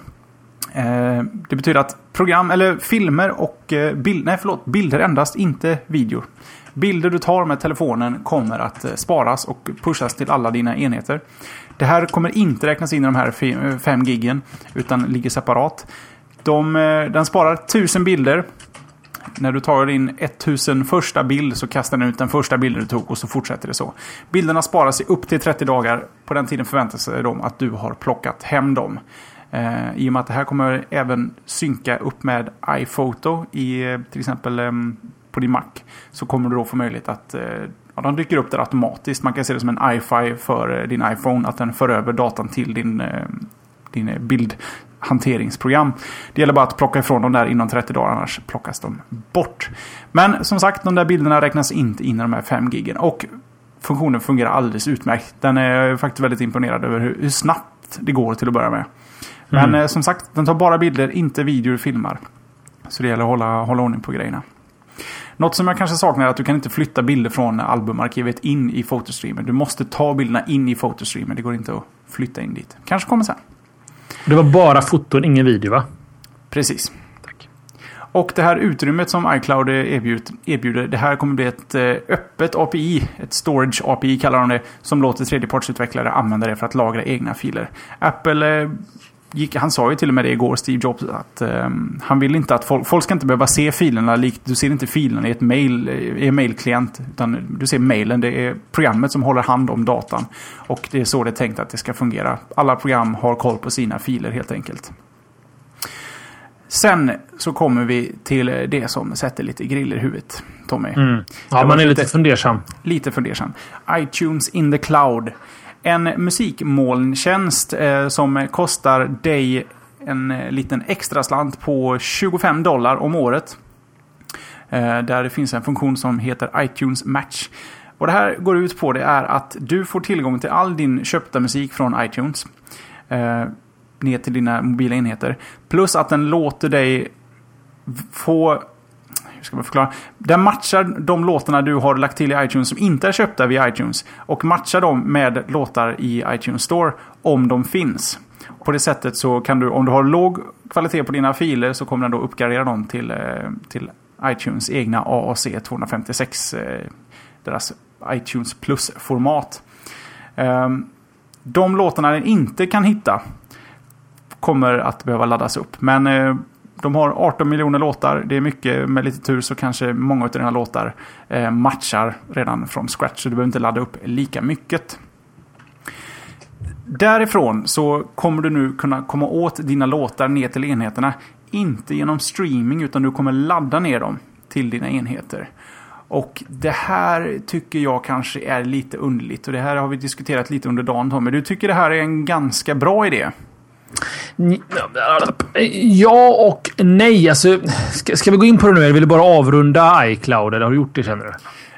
Det betyder att program eller filmer och bilder endast, inte video. Bilder du tar med telefonen kommer att sparas och pushas till alla dina enheter. Det här kommer inte räknas in i de här 5 giggen utan ligger separat. Den sparar 1000 bilder. När du tar din 1000 första bild så kastar den ut den första bilden du tog och så fortsätter det så. Bilderna sparas i upp till 30 dagar. På den tiden förväntar sig de att du har plockat hem dem. I och med att det här kommer även synka upp med iPhoto i till exempel på din Mac, så kommer du då få möjlighet att de dyker upp där automatiskt. Man kan se det som en iFi för din iPhone, att den för över datan till din bildhanteringsprogram. Det gäller bara att plocka ifrån dem där inom 30 dagar, annars plockas de bort. Men som sagt, de där bilderna räknas inte in i de här 5 giggen. Och funktionen fungerar alldeles utmärkt. Den är faktiskt väldigt imponerad över hur snabbt det går till att börja med. Men som sagt, den tar bara bilder, inte videor och filmar. Så det gäller att hålla ordning på grejerna. Något som jag kanske saknar är att du kan inte flytta bilder från albumarkivet in i Photostreamen. Du måste ta bilderna in i Photostreamen. Det går inte att flytta in dit. Kanske kommer sen. Det var bara foton, ingen video, va? Precis. Tack. Och det här utrymmet som iCloud erbjuder, det här kommer bli ett öppet API, ett storage API kallar de det, som låter tredjepartsutvecklare använda det för att lagra egna filer. Apple han sa ju till och med det igår, Steve Jobs, att han vill inte att folk ska inte behöva se filerna likt. Du ser inte filerna i en mailklient, utan du ser mailen. Det är programmet som håller hand om datan. Och det är så det är tänkt att det ska fungera. Alla program har koll på sina filer helt enkelt. Sen så kommer vi till det som sätter lite griller i huvudet, Tommy. Ja, man är lite fundersam. Lite fundersam. iTunes in the cloud. En musikmolntjänst som kostar dig en liten extra slant på $25 om året. Där det finns en funktion som heter iTunes Match. Vad det här går ut på det är att du får tillgång till all din köpta musik från iTunes ner till dina mobila enheter. Plus att den låter dig få... Hur ska man förklara? Den matchar de låtarna du har lagt till i iTunes som inte är köpta via iTunes. Och matchar dem med låtar i iTunes Store om de finns. På det sättet så kan du, om du har låg kvalitet på dina filer, så kommer den då uppgradera dem till iTunes egna AAC 256, deras iTunes Plus-format. De låtarna den inte kan hitta kommer att behöva laddas upp. Men de har 18 miljoner låtar. Det är mycket, med lite tur så kanske många av dina låtar matchar redan från scratch. Så du behöver inte ladda upp lika mycket. Därifrån så kommer du nu kunna komma åt dina låtar ner till enheterna. Inte genom streaming, utan du kommer ladda ner dem till dina enheter. Och det här tycker jag kanske är lite underligt. Och det här har vi diskuterat lite under dagen, Tommy. Du tycker det här är en ganska bra idé? Ja och nej. Alltså, ska vi gå in på det nu? Eller vill du bara avrunda iCloud? Eller har du gjort det, känner du?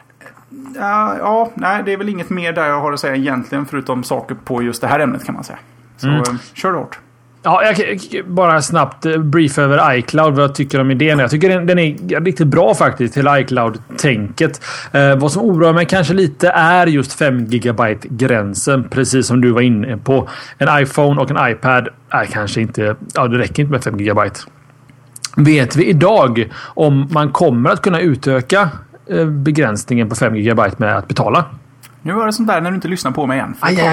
Ja, nej, det är väl inget mer där jag har att säga egentligen, förutom saker på just det här ämnet, kan man säga. Så kör det hårt. Ja, jag bara snabbt brief över iCloud, vad jag tycker om idén. Jag tycker den är riktigt bra faktiskt, till iCloud-tänket. Vad som oroar mig kanske lite är just 5 GB-gränsen, precis som du var inne på. En iPhone och en iPad är kanske inte... Ja, det räcker inte med 5 GB. Vet vi idag om man kommer att kunna utöka begränsningen på 5 GB med att betala? Nu var det sånt där när du inte lyssnar på mig än.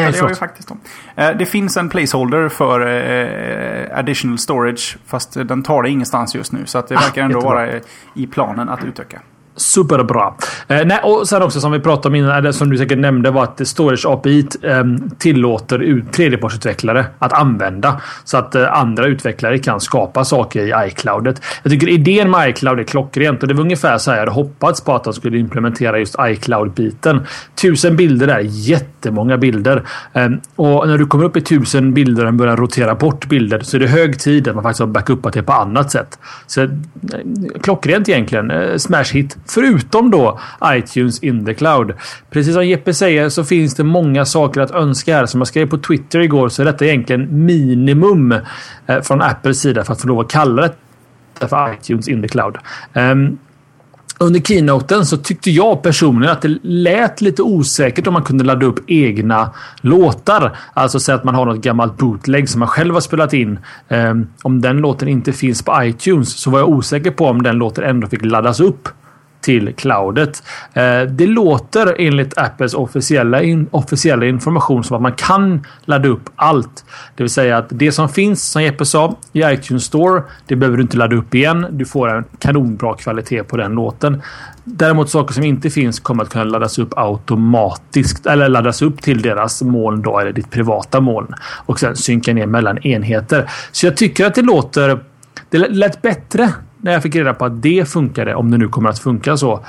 Det finns en placeholder för additional storage, fast den tar det ingenstans just nu. Så att det verkar ändå vara i planen att utöka. Superbra. Nej, och sen också som vi pratade om innan, som du säkert nämnde, var att Storage API tillåter tredjepartsutvecklare att använda, så att andra utvecklare kan skapa saker i iCloudet. Jag tycker idén med iCloud är klockrent, och det var ungefär så här jag hade hoppats på att de skulle implementera just iCloud-biten. 1000 bilder är jättemånga bilder. Och när du kommer upp i 1000 bilder och börjar rotera bort bilder, så är det hög tid att man faktiskt har backupat det på annat sätt. Så klockrent egentligen. Smash hit. Förutom då iTunes in the cloud. Precis som Jeppe säger så finns det många saker att önska här. Som jag skrev på Twitter igår, så är detta egentligen minimum från Apples sida för att få lov att kalla det för iTunes in the cloud. Under keynoten så tyckte jag personligen att det lät lite osäkert om man kunde ladda upp egna låtar. Alltså så att man har något gammalt bootleg som man själv har spelat in. Om den låten inte finns på iTunes, så var jag osäker på om den låten ändå fick laddas upp till cloudet. Det låter enligt Apples officiella information som att man kan ladda upp allt. Det vill säga att det som finns, som Jeppe sa, i iTunes Store, det behöver du inte ladda upp igen. Du får en kanonbra kvalitet på den låten. Däremot saker som inte finns kommer att kunna laddas upp automatiskt, eller laddas upp till deras moln då, eller ditt privata moln, och sen synka ner mellan enheter. Så jag tycker att det lät bättre när jag fick reda på att det funkade, om det nu kommer att funka så.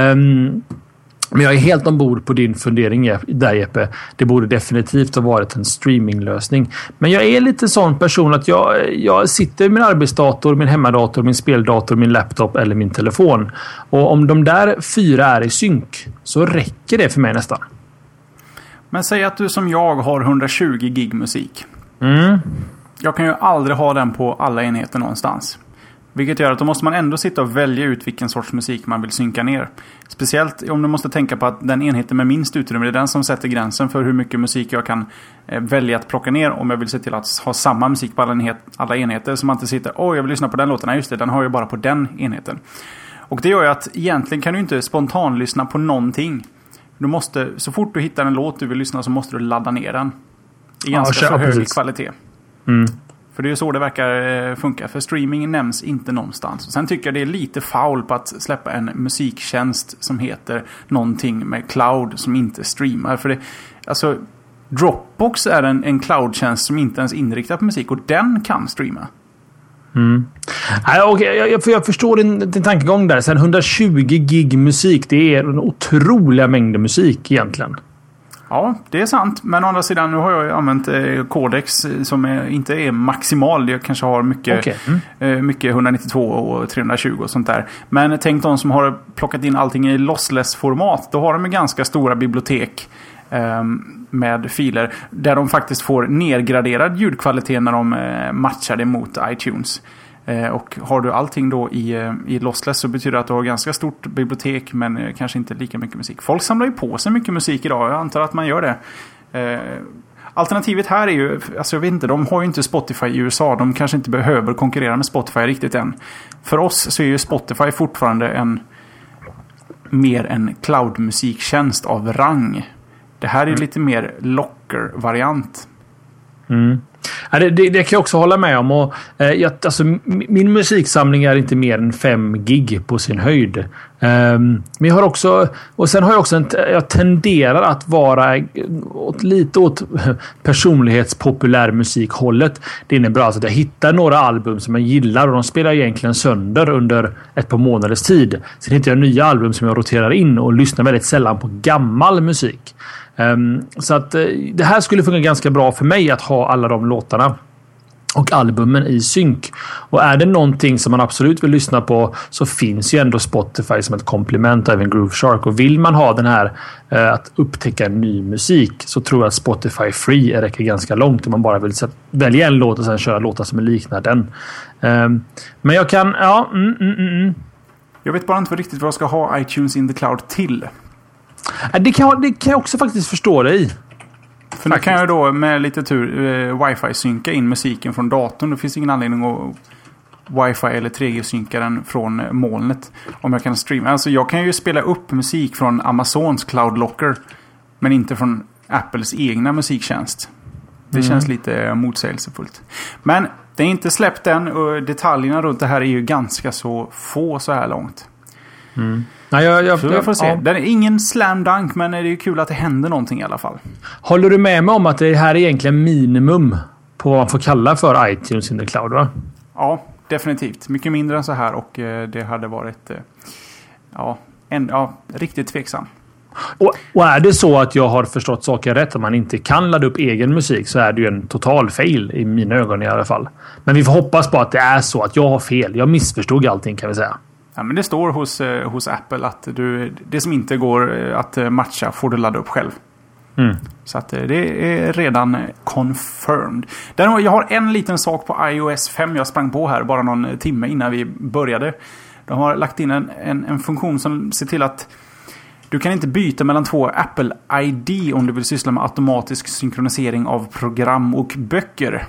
Men jag är helt ombord på din fundering där, Jeppe. Det borde definitivt ha varit en streaminglösning. Men jag är lite sån person att jag sitter med min arbetsdator, min hemmadator, min speldator, min laptop eller min telefon. Och om de där 4 är i synk, så räcker det för mig nästan. Men säg att du som jag har 120 gig musik. Jag kan ju aldrig ha den på alla enheter någonstans. Vilket gör att då måste man ändå sitta och välja ut vilken sorts musik man vill synka ner. Speciellt om du måste tänka på att den enheten med minst utrymme är den som sätter gränsen för hur mycket musik jag kan välja att plocka ner, om jag vill se till att ha samma musik på alla enheter. Så man inte sitter, jag vill lyssna på den låten. Nej, just det, den har jag bara på den enheten. Och det gör ju att egentligen kan du inte spontan lyssna på någonting. Du måste, så fort du hittar en låt du vill lyssna, så måste du ladda ner den i ganska så hög kvalitet. För det är ju så det verkar funka. För streaming nämns inte någonstans. Och sen tycker jag det är lite foul på att släppa en musiktjänst som heter någonting med cloud som inte streamar. För det, alltså, Dropbox är en cloudtjänst som inte ens är inriktad på musik, och den kan streama. Jag förstår din tankegång där. Sen 120 gig musik, det är en otroliga mängder musik egentligen. Ja, det är sant. Men å andra sidan, nu har jag ju använt Codex som inte är maximal. Jag kanske har mycket 192 och 320 och sånt där. Men tänk de som har plockat in allting i lossless-format. Då har de ganska stora bibliotek med filer där de faktiskt får nedgraderad ljudkvalitet när de matchar det mot iTunes. Och har du allting då i lossless så betyder det att du har ganska stort bibliotek men kanske inte lika mycket musik. Folk samlar ju på sig mycket musik idag. Jag antar att man gör det. Alternativet här är ju, alltså jag vet inte, de har ju inte Spotify i USA. De kanske inte behöver konkurrera med Spotify riktigt än. För oss så är ju Spotify fortfarande mer en cloud-musiktjänst av rang. Det här är lite mer locker-variant. Mm. Ja, det kan jag också hålla med om. Och, min musiksamling är inte mer än 5 gig på sin höjd. Men jag har också, och sen har jag också jag tenderar att vara lite åt personlighetspopulär musikhållet. Det innebär alltså att jag hittar några album som jag gillar och de spelar egentligen sönder under ett par månaders tid. Sen hittar jag nya album som jag roterar in och lyssnar väldigt sällan på gammal musik. Så att det här skulle funka ganska bra för mig att ha alla de låtarna och albumen i synk. Och är det någonting som man absolut vill lyssna på så finns ju ändå Spotify som ett komplement, även Groove Shark. Och vill man ha den här att upptäcka ny musik så tror jag att Spotify Free räcker ganska långt om man bara vill välja en låt och sen köra låtar som liknar den. Men jag kan... Jag vet bara inte riktigt vad jag ska ha iTunes in the cloud till. Det kan jag också faktiskt förstå dig i. För nu kan jag då med lite tur wifi synka in musiken från datorn. Det finns ingen anledning att wifi eller 3G-synka den från molnet. Om jag kan streama. Alltså jag kan ju spela upp musik från Amazons Cloud Locker. Men inte från Apples egna musiktjänst. Det känns lite motsägelsefullt. Men det är inte släppt än. Och detaljerna runt det här är ju ganska så få så här långt. Nej, jag får se. Den är ingen slam dunk, men det är ju kul att det händer någonting i alla fall. Håller du med mig om att det här är egentligen minimum på vad man får kalla för iTunes in the cloud, va? Ja, definitivt. Mycket mindre än så här och det hade varit riktigt tveksam. Och är det så att jag har förstått saker rätt att man inte kan ladda upp egen musik så är det ju en total fail i mina ögon i alla fall. Men vi får hoppas på att det är så att jag har fel. Jag missförstod allting kan vi säga. Ja, men det står hos Apple att det som inte går att matcha får du ladda upp själv. Så att det är redan confirmed. Jag har en liten sak på iOS 5 jag sprang på här bara någon timme innan vi började. De har lagt in en funktion som ser till att du kan inte byta mellan 2 Apple ID om du vill syssla med automatisk synkronisering av program och böcker.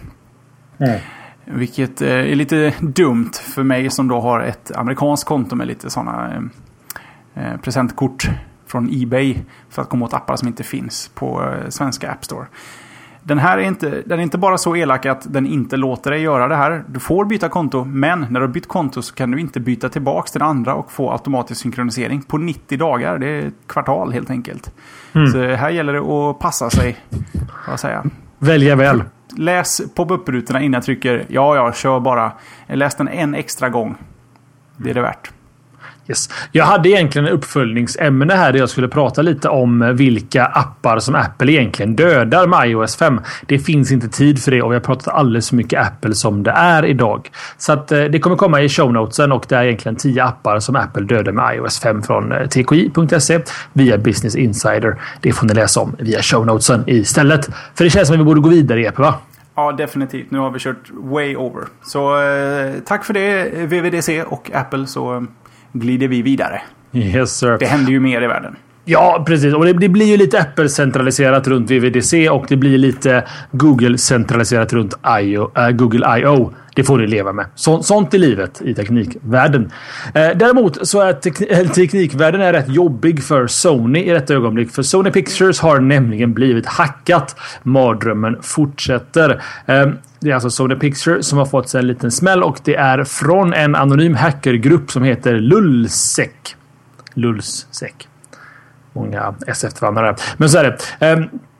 Vilket är lite dumt för mig som då har ett amerikanskt konto med lite sådana presentkort från eBay för att komma åt appar som inte finns på svenska App Store. Den är inte bara så elak att den inte låter dig göra det här. Du får byta konto, men när du har bytt konto så kan du inte byta tillbaks till den andra och få automatisk synkronisering på 90 dagar. Det är ett kvartal helt enkelt. Så här gäller det att passa sig, vad säga. Välja väl. Läs pop-up-rutorna innan jag trycker kör bara. Läs den en extra gång. Det är det värt. Yes. Jag hade egentligen en uppföljningsämne här där jag skulle prata lite om vilka appar som Apple egentligen dödar med iOS 5. Det finns inte tid för det och vi har pratat alldeles så mycket Apple som det är idag. Så att det kommer komma i shownotesen och det är egentligen 10 appar som Apple dödar med iOS 5 från tki.se via Business Insider. Det får ni läsa om via shownotesen istället. För det känns som att vi borde gå vidare, Epe, va? Ja, definitivt. Nu har vi kört way over. Så tack för det, VVDC och Apple, så glider vi vidare. Yes, sir. Det händer ju mer i världen. Ja, precis. Och det blir ju lite Apple-centraliserat runt VVDC och det blir lite Google-centraliserat runt Google I.O. Det får ni leva med. Sånt i livet i teknikvärlden. Däremot så är teknikvärlden är rätt jobbig för Sony i detta ögonblick. För Sony Pictures har nämligen blivit hackat. Mardrömmen fortsätter. Det är alltså Sony Pictures som har fått sig en liten smäll och det är från en anonym hackergrupp som heter Lulzsec. Många SF-vandrare. Men så är det.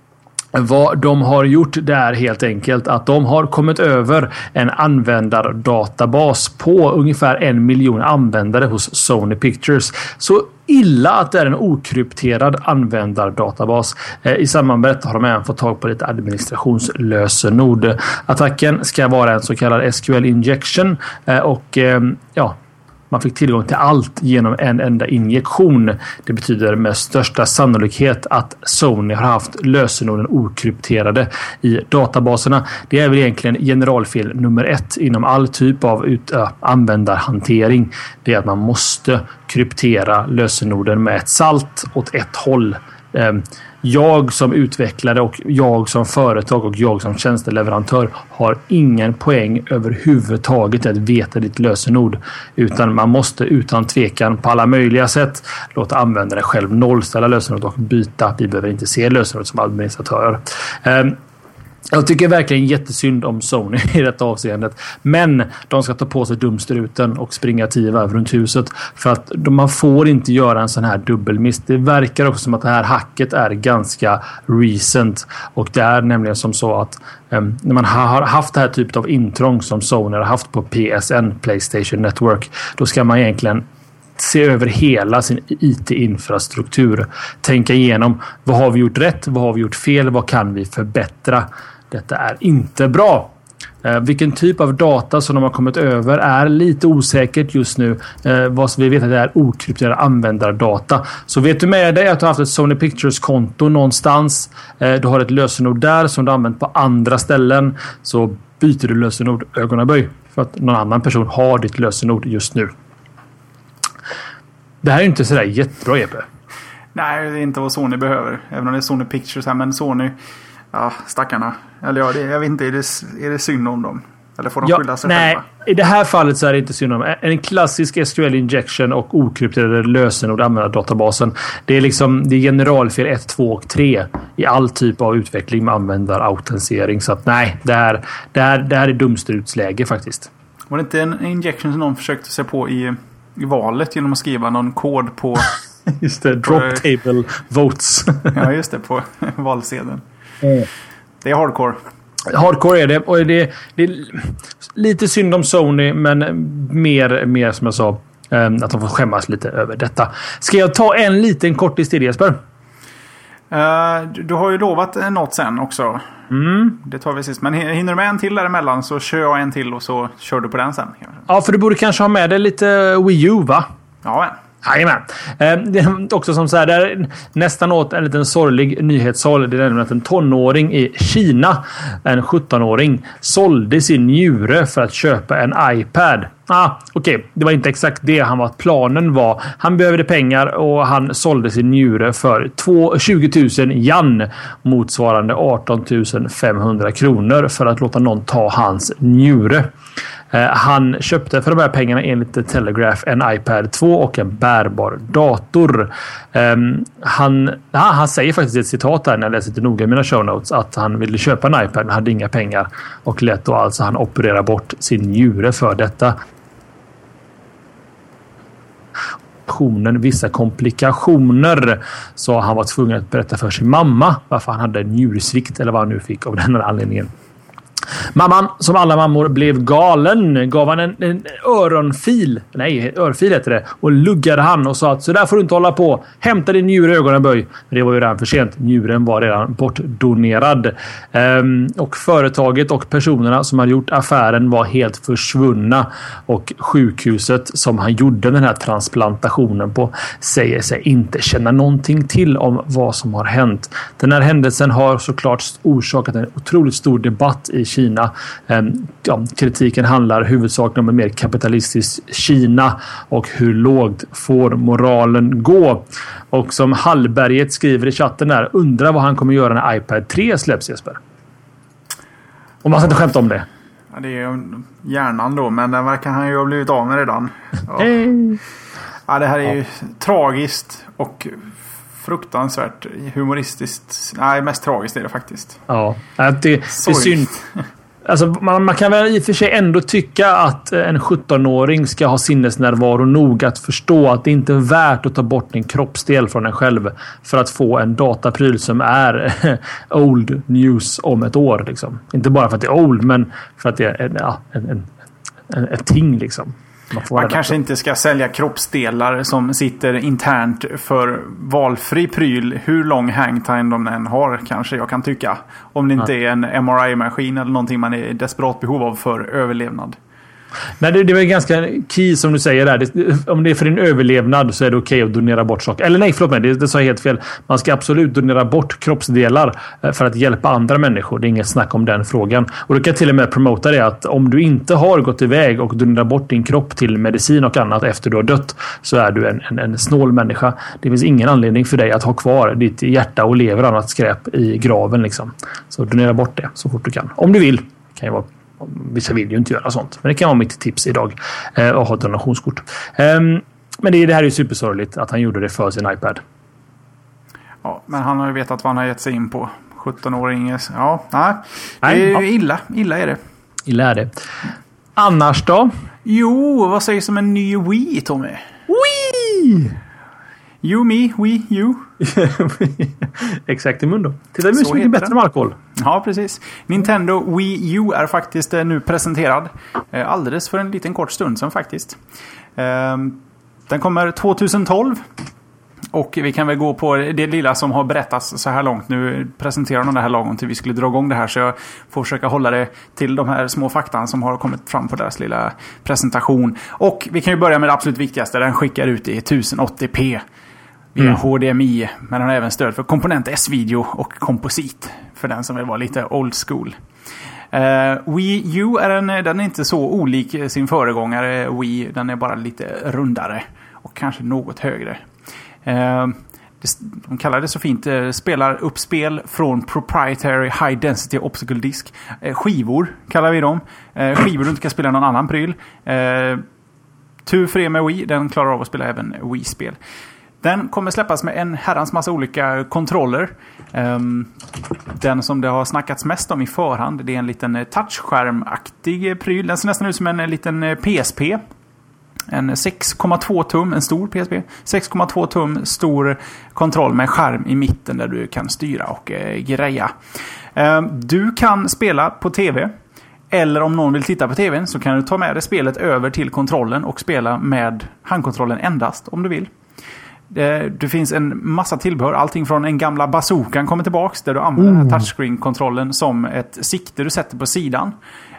Vad de har gjort, det är helt enkelt att de har kommit över en användardatabas på ungefär 1 miljon användare hos Sony Pictures. Så illa att det är en okrypterad användardatabas. I samband med detta har de även fått tag på lite administrationslösenord. Attacken ska vara en så kallad SQL injection och man fick tillgång till allt genom en enda injektion. Det betyder med största sannolikhet att Sony har haft lösenorden okrypterade i databaserna. Det är väl egentligen generalfel nummer 1 inom all typ av användarhantering. Det är att man måste kryptera lösenorden med ett salt åt ett håll. Jag som utvecklare och jag som företag och jag som tjänsteleverantör har ingen poäng överhuvudtaget att veta ditt lösenord, utan man måste utan tvekan på alla möjliga sätt låta användaren själv nollställa lösenordet och byta. Vi behöver inte se lösenordet som administratörer. Jag tycker verkligen jättesynd om Sony i detta avseendet. Men de ska ta på sig dumstruten och springa 10 varv runt huset. För att man får inte göra en sån här dubbelmiss. Det verkar också som att det här hacket är ganska recent. Och det är nämligen som så att när man har haft det här typet av intrång som Sony har haft på PSN, PlayStation Network, då ska man egentligen se över hela sin IT-infrastruktur. Tänka igenom, vad har vi gjort rätt? Vad har vi gjort fel? Vad kan vi förbättra? Detta är inte bra. Vilken typ av data som de har kommit över är lite osäkert just nu. Vad vi vet att det är okrypterad användardata. Så vet du med dig att du har haft ett Sony Pictures-konto någonstans. Du har ett lösenord där som du använt på andra ställen. Så byter du lösenord ögonaböj för att någon annan person har ditt lösenord just nu. Det här är inte sådär jättebra, Jeppe. Nej, det är inte vad Sony behöver. Även om det är Sony Pictures här. Men Sony, ja, stackarna. Eller jag vet inte, är det synd om dem? Eller får de skylla sig själva? I det här fallet så är det inte synd om. En klassisk SQL injection och okrypterade lösenord använder databasen. Det är generalfel 1, 2 och 3 i all typ av utveckling med användarautentisering. Så att nej, det här är dumstrutsläge faktiskt. Var det inte en injection som någon försökte sig på i valet genom att skriva någon kod på... Just det, drop table votes. Ja, just det, på valsedeln. Det är hardcore. Hardcore är det. Och det är lite synd om Sony, men mer som jag sa, att de får skämmas lite över detta. Ska jag ta en liten kort historia, Jesper? Du har ju lovat något sen också. Det tar vi sist. Men hinner du med en till däremellan så kör jag en till och så kör du på den sen. Ja, för du borde kanske ha med dig lite Wii U, va? Ja, jajamän. Det är också som så här, det är nästan åt en liten sorglig nyhetshåll. Det är nämligen att en tonåring i Kina, en 17-åring, sålde sin njure för att köpa en iPad. Okej. Det var inte exakt det planen var. Han behövde pengar och han sålde sin njure för 20 000 yuan, motsvarande 18 500 kronor, för att låta någon ta hans njure. Han köpte för de här pengarna enligt The Telegraph en iPad 2 och en bärbar dator. Han säger faktiskt ett citat där när jag läser det noga i mina show notes att han ville köpa en iPad men hade inga pengar och lät då alltså han operera bort sin njure för detta. Vissa komplikationer, så han var tvungen att berätta för sin mamma varför han hade njursvikt eller vad han nu fick av den här anledningen. Mamman, som alla mammor, blev galen. Gav han en örfil heter det, och luggade han och sa att så där får du inte hålla på. Hämta din njure, ögonaböj. Men det var ju redan för sent. Njuren var redan bortdonerad. Och företaget och personerna som hade gjort affären var helt försvunna. Och sjukhuset som han gjorde den här transplantationen på säger sig inte känna någonting till om vad som har hänt. Den här händelsen har såklart orsakat en otroligt stor debatt i Kina. Kritiken handlar huvudsakligen om en mer kapitalistisk Kina och hur lågt får moralen gå. Och som Hallberget skriver i chatten där, undrar vad han kommer göra när iPad 3 släpps, Jesper. Och man ska inte skämta om det. Ja, det är ju hjärnan då, men den verkar han ju ha blivit av med redan. Ja, det här är ju tragiskt och fruktansvärt humoristiskt. Nej, mest tragiskt är det faktiskt. Ja, det är synd. Alltså, man kan väl i och för sig ändå tycka att en 17-åring ska ha sinnesnärvaro nog att förstå att det inte är värt att ta bort en kroppsdel från en själv för att få en datapryl som är old news om ett år. Liksom. Inte bara för att det är old, men för att det är ett ting liksom. Man kanske inte ska sälja kroppsdelar som sitter internt för valfri pryl. Hur lång hangtime de än har, kanske jag kan tycka. Om det inte är en MRI-maskin eller någonting man är i desperat behov av för överlevnad. Nej, det är väl ganska key som du säger där. Om det är för din överlevnad så är det okej att donera bort saker. Eller nej, förlåt mig. Det sa jag helt fel. Man ska absolut donera bort kroppsdelar för att hjälpa andra människor. Det är inget snack om den frågan. Och du kan till och med promota det att om du inte har gått iväg och donerat bort din kropp till medicin och annat efter du har dött så är du en snål människa. Det finns ingen anledning för dig att ha kvar ditt hjärta och lever annat skräp i graven liksom. Så donera bort det så fort du kan. Om du vill. Kan ju vara. Vissa vill ju inte göra sånt. Men det kan vara mitt tips idag. Att ha ett donationskort. Men det här är ju supersorgligt att han gjorde det för sin iPad. Ja, men han har ju vetat vad han har gett sig in på. 17-åring. Ja, nej. Det är illa. Illa är det. Illa är det. Annars då? Jo, vad sägs om en ny Wii, Tommy? Wii! You, me, we, you. Exakt i mun då. Titta, det är så mycket bättre med alkohol. Ja, precis. Nintendo Wii U är faktiskt nu presenterad. Alldeles för en liten kort stund sedan faktiskt. Den kommer 2012. Och vi kan väl gå på det lilla som har berättats så här långt. Nu presenterar de det här lagom till vi skulle dra igång det här. Så jag får försöka hålla det till de här små faktan som har kommit fram på deras lilla presentation. Och vi kan ju börja med det absolut viktigaste. Den skickar ut i 1080p via HDMI. Men den har även stöd för komponent S-video och komposit. För den som vill vara lite old school. Wii U den är inte så olik sin föregångare Wii. Den är bara lite rundare och kanske något högre. De kallar det så fint spelar upp spel från proprietary high density optical disk. Skivor kallar vi dem. Skivor du inte kan spela någon annan pryl. Tur för er med Wii, den klarar av att spela även Wii-spel. Den kommer släppas med en herrans massa olika kontroller. Den som det har snackats mest om i förhand, det är en liten touchskärmaktig pryl. Den ser nästan ut som en liten PSP. En 6,2 tum, en stor PSP. 6,2 tum stor kontroll med skärm i mitten där du kan styra och greja. Du kan spela på tv. Eller om någon vill titta på tvn så kan du ta med det spelet över till kontrollen och spela med handkontrollen endast om du vill. Det finns en massa tillbehör. Allting från en gamla bazookan kommer tillbaks där du använder den här touchscreen-kontrollen som ett sikte du sätter på sidan.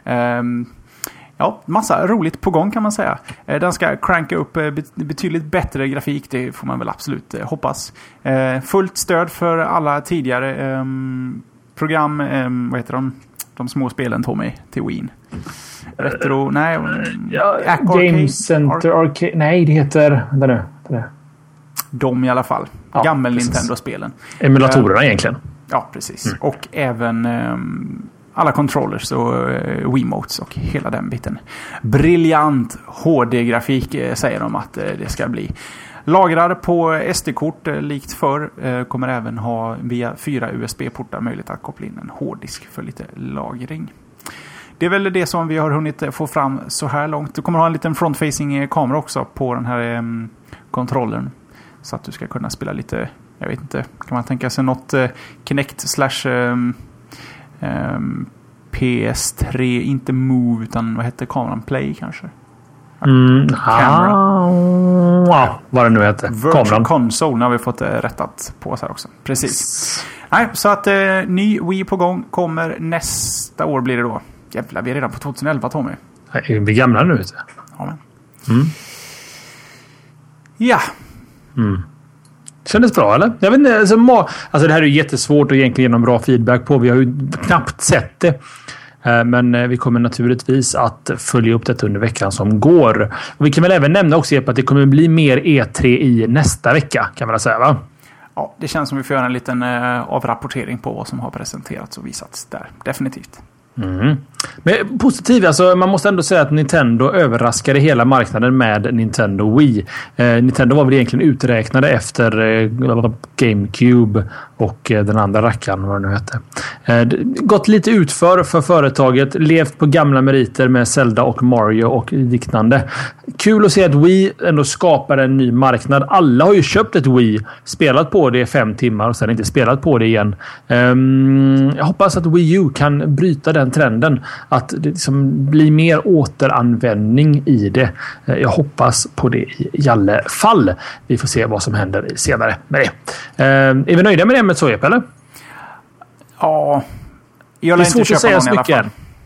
Ja, massa roligt på gång kan man säga. Den ska cranka upp betydligt bättre grafik, det får man väl absolut hoppas. Fullt stöd för alla tidigare program, vad heter de små spelen, Tommy, till Wii. Retro, nej. Game Center Arcade. Nej, det heter... Vänta nu. De i alla fall. Ja, gammel Nintendo-spelen. Emulatorerna egentligen. Ja, precis. Och även... alla controllers och Wiimotes och hela den biten. Briljant HD-grafik säger de att det ska bli. Lagrar på SD-kort likt förr. Kommer även ha via 4 USB-portar möjlighet att koppla in en hårddisk för lite lagring. Det är väl det som vi har hunnit få fram så här långt. Du kommer ha en liten front-facing kamera också på den här kontrollen. Så att du ska kunna spela lite, jag vet inte, kan man tänka sig något Kinect / PS3, inte Move utan vad heter kameran? Play kanske? Vad det nu heter. Virtual Console har vi fått rättat på oss här också. Precis. Nej, så att ny Wii på gång kommer nästa år blir det då. Jävlar, vi är redan på 2011, Tommy. Är vi gamla nu? Ja, men. Ja. Kändes bra, eller? Jag vet inte, alltså det här är jättesvårt att egentligen ge någon bra feedback på. Vi har ju knappt sett det. Men vi kommer naturligtvis att följa upp detta under veckan som går. Och vi kan väl även nämna också att det kommer bli mer E3 i nästa vecka, kan man säga, va? Ja, det känns som vi får göra en liten avrapportering på vad som har presenterats och visats där. Definitivt. Men positivt, alltså man måste ändå säga att Nintendo överraskade hela marknaden med Nintendo Wii. Nintendo var väl egentligen uträknade efter GameCube och den andra rackaren, vad det nu hette. Gått lite utför för företaget, levt på gamla meriter med Zelda och Mario och liknande. Kul att se att Wii ändå skapar en ny marknad. Alla har ju köpt ett Wii, spelat på det i 5 timmar och sen inte spelat på det igen. Jag hoppas att Wii U kan bryta den trenden. Att det liksom blir mer återanvändning i det. Jag hoppas på det i alla fall. Vi får se vad som händer senare med det. Är vi nöjda med det med Soyep, eller? Ja. Jag det är svårt att säga så mycket.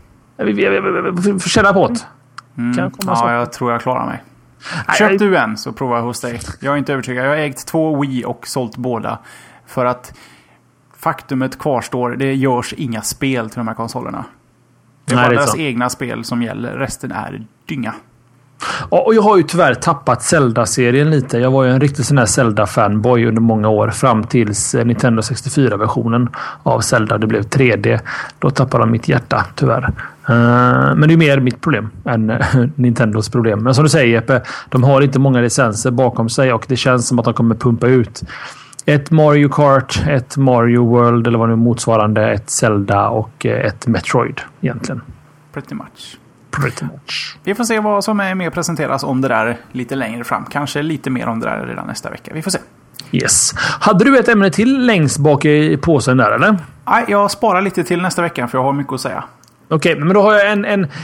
Vi får känna på det. Jag tror jag klarar mig. Köp du en så provar jag hos dig. Jag är inte övertygad. Jag har ägt 2 Wii och sålt båda. För att faktumet kvarstår. Det görs inga spel till de här konsolerna. Det är bara deras egna spel som gäller. Resten är dynga. Ja, och jag har ju tyvärr tappat Zelda-serien lite. Jag var ju en riktig sån här Zelda-fanboy under många år. Fram tills Nintendo 64-versionen av Zelda. Det blev 3D. Då tappade de mitt hjärta, tyvärr. Men det är mer mitt problem än Nintendos problem. Men som du säger, Jeppe, de har inte många licenser bakom sig. Och det känns som att de kommer pumpa ut ett Mario Kart, ett Mario World eller vad nu motsvarande, ett Zelda och ett Metroid egentligen. Pretty much. much. Vi får se vad som är mer presenteras om det där lite längre fram. Kanske lite mer om det där redan nästa vecka. Vi får se. Yes. Hade du ett ämne till längst bak i påsen där, eller? Nej, jag sparar lite till nästa vecka för jag har mycket att säga. Okej, men då har jag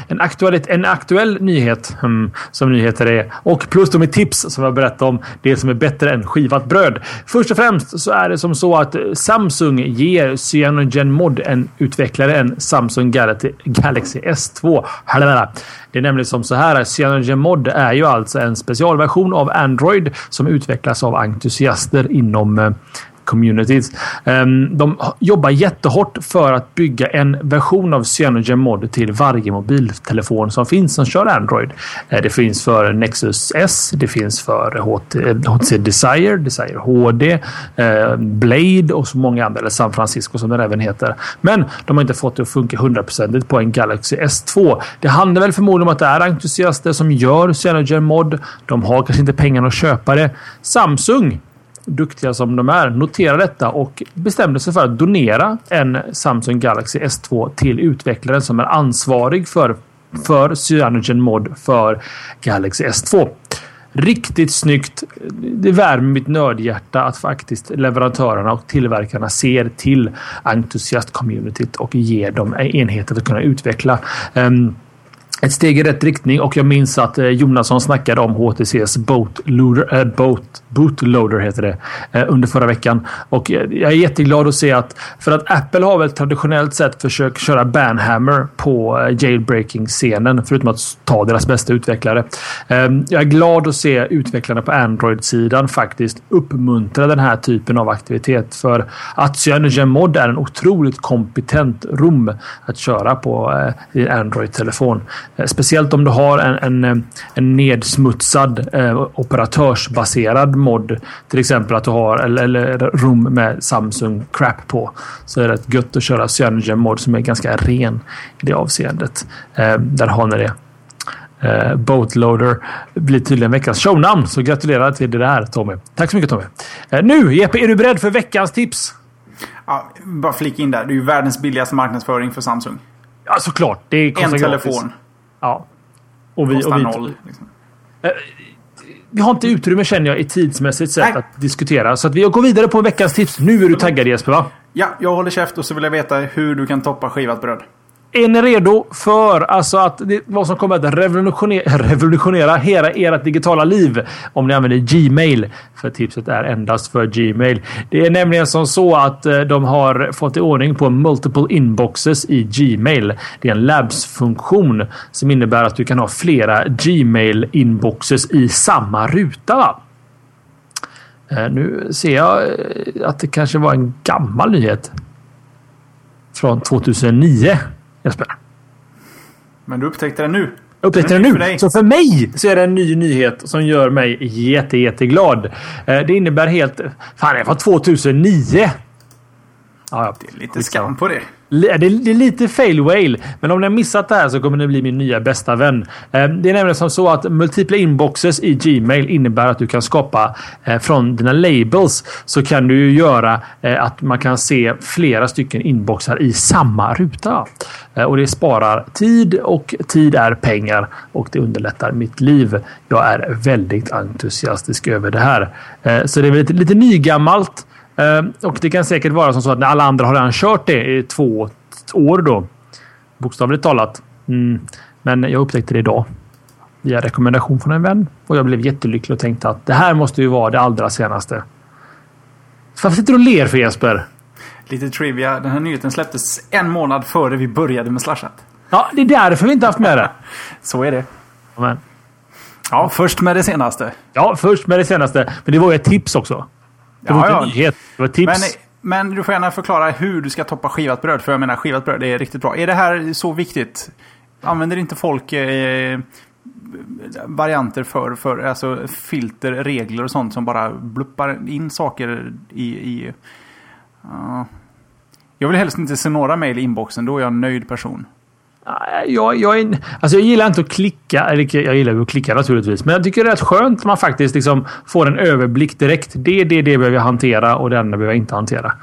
en aktuell nyhet som nyheter är. Och plus de är tips som jag berättar om det som är bättre än skivat bröd. Först och främst så är det som så att Samsung ger CyanogenMod en utvecklare en Samsung Galaxy S2. Det är nämligen som så här. CyanogenMod är ju alltså en specialversion av Android som utvecklas av entusiaster inom communities. De jobbar jättehårt för att bygga en version av CyanogenMod till varje mobiltelefon som finns som kör Android. Det finns för Nexus S, det finns för HTC Desire HD, Blade och så många andra, eller San Francisco som den även heter. Men de har inte fått det att funka 100% på en Galaxy S2. Det handlar väl förmodligen om att det är entusiaster som gör CyanogenMod. De har kanske inte pengarna att köpa det. Samsung, duktiga som de är, noterar detta och bestämde sig för att donera en Samsung Galaxy S2 till utvecklaren som är ansvarig för CyanogenMod för Galaxy S2. Riktigt snyggt. Det värmer mitt nördhjärta att faktiskt leverantörerna och tillverkarna ser till entusiast-communityt och ger dem enheter att kunna utveckla. Ett steg i rätt riktning, och jag minns att Jonasson snackade om HTCs bootloader heter det, under förra veckan. Och jag är jätteglad att se att, för att Apple har väl traditionellt sett försökt köra banhammer på jailbreaking-scenen, förutom att ta deras bästa utvecklare. Jag är glad att se utvecklarna på Android-sidan faktiskt uppmuntra den här typen av aktivitet, för att CyanogenMod är en otroligt kompetent ROM att köra på en Android-telefon. Speciellt om du har en nedsmutsad operatörsbaserad mod. Till exempel att du har eller ROM med Samsung crap på. Så är det rätt gött att köra CyanogenMod som är ganska ren i det avseendet. Där har ni det. Bootloader blir tydligen veckans shownamn. Så gratulerar till det där, Tommy. Tack så mycket, Tommy. Nu, Jeppe, är du beredd för veckans tips? Ja, bara flika in där. Det är ju världens billigaste marknadsföring för Samsung. Ja, såklart. Det är en telefon. Ja. Och vi noll. Liksom. Vi har inte utrymme, känner jag, i tidsmässigt sätt att diskutera. Så att vi går vidare på veckans tips. Nu är du taggad, Jesper, va? Ja, jag håller käft och så vill jag veta hur du kan toppa skivat bröd. Är ni redo för alltså att vad som kommer att revolutionera hela ert digitala liv om ni använder Gmail? För tipset är endast för Gmail. Det är nämligen som så att de har fått i ordning på multiple inboxes i Gmail. Det är en labs-funktion som innebär att du kan ha flera Gmail-inboxes i samma ruta, va? Nu ser jag att det kanske var en gammal nyhet från 2009. Jesper. Men du upptäckte den nu. Jag upptäckte den nu. Så för mig så är det en ny nyhet som gör mig jätteglad. Det innebär helt... Fan, det var 2009. Ja. Det är lite skam på det. Det är lite fail whale. Men om ni har missat det här så kommer ni bli min nya bästa vän. Det är nämligen som så att multipla inboxes i Gmail innebär att du kan skapa från dina labels, så kan du ju göra att man kan se flera stycken inboxar i samma ruta. Och det sparar tid, och tid är pengar, och det underlättar mitt liv. Jag är väldigt entusiastisk över det här. Så det är väl lite nygammalt. Och det kan säkert vara som så att när alla andra har redan kört det i 2 år då. Bokstavligt talat. Men jag upptäckte det idag via rekommendation från en vän. Och jag blev jättelycklig och tänkte att det här måste ju vara det allra senaste. Varför sitter du och ler för, Jesper? Lite trivia. Den här nyheten släpptes 1 månad före vi började med Slashat. Ja, det är därför vi inte haft med det. Så är det. Amen. Ja, först med det senaste. Ja, först med det senaste. Men det var ju ett tips också. Det var inte nyhet. Det var ett tips. Men du får gärna förklara hur du ska toppa skivat bröd. För jag menar, skivat bröd är riktigt bra. Är det här så viktigt? Använder inte folk varianter för alltså filter, regler och sånt som bara bluppar in saker i Jag vill helst inte se några mejl i inboxen. Då är jag en nöjd person. Jag gillar inte att klicka. Eller jag gillar ju att klicka naturligtvis. Men jag tycker det är rätt skönt att man faktiskt liksom får en överblick direkt. Det behöver jag hantera, och det andra behöver jag inte hantera.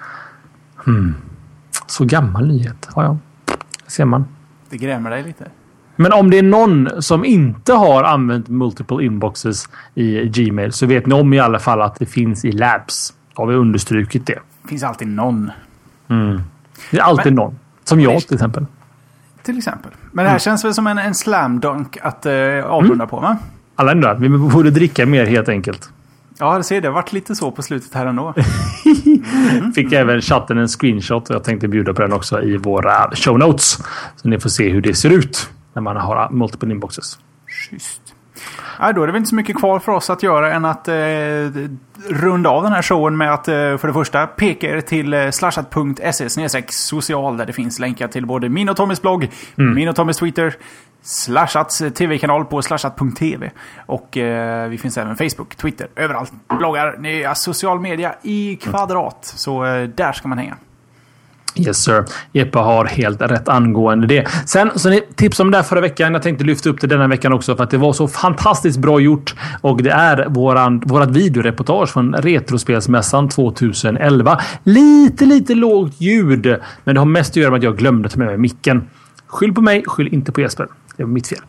Så gammal nyhet. Ja. Ser man. Det grämer dig lite. Men om det är någon som inte har använt multiple inboxes i Gmail, så vet ni om i alla fall att det finns i Labs. Har vi understrukit det. Det finns alltid någon. Det är alltid någon. Som jag till exempel. Till exempel. Men det här känns väl som en slam dunk att avrunda på, va? Alla ändå. Vi borde dricka mer helt enkelt. Ja, det ser det. Det har varit lite så på slutet här ändå. Fick även chatten en screenshot, och jag tänkte bjuda på den också i våra show notes. Så ni får se hur det ser ut när man har multiple inboxes. Schysst. Ja, då är det väl inte så mycket kvar för oss att göra än att runda av den här showen med att för det första peka er till slashat.se/social, där det finns länkar till både min och Tommys blogg, min och Tommys Twitter, Slashats tv-kanal på slashat.tv, och vi finns även Facebook, Twitter, överallt. Bloggar, nya social media i kvadrat, så där ska man hänga. Yes sir. Jeppe har helt rätt angående det. Sen så ni tips om det här förra veckan. Jag tänkte lyfta upp det denna veckan också, för att det var så fantastiskt bra gjort. Och det är vårat videoreportage från Retrospelsmässan 2011. Lite lågt ljud. Men det har mest att göra med att jag glömde att ta med mig micken. Skyll på mig, skyll inte på Jesper. Det var mitt fel.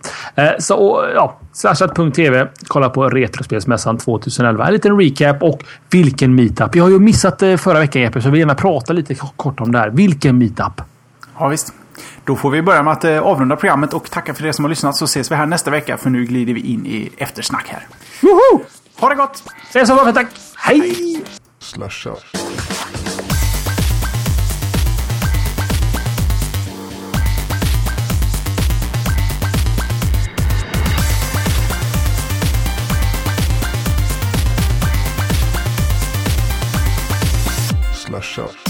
Slashat.tv. Kolla på Retrospelsmässan 2011. En liten recap och vilken meetup. Jag har ju missat förra veckan, Jeppe, så jag vill gärna prata lite kort om det här. Vilken meetup? Ja, visst. Då får vi börja med att avrunda programmet och tacka för det som har lyssnat, så ses vi här nästa vecka, för nu glider vi in i eftersnack här. Woho! Ha det gott! Ses så bra, tack! Hej! Slashat. Slashat.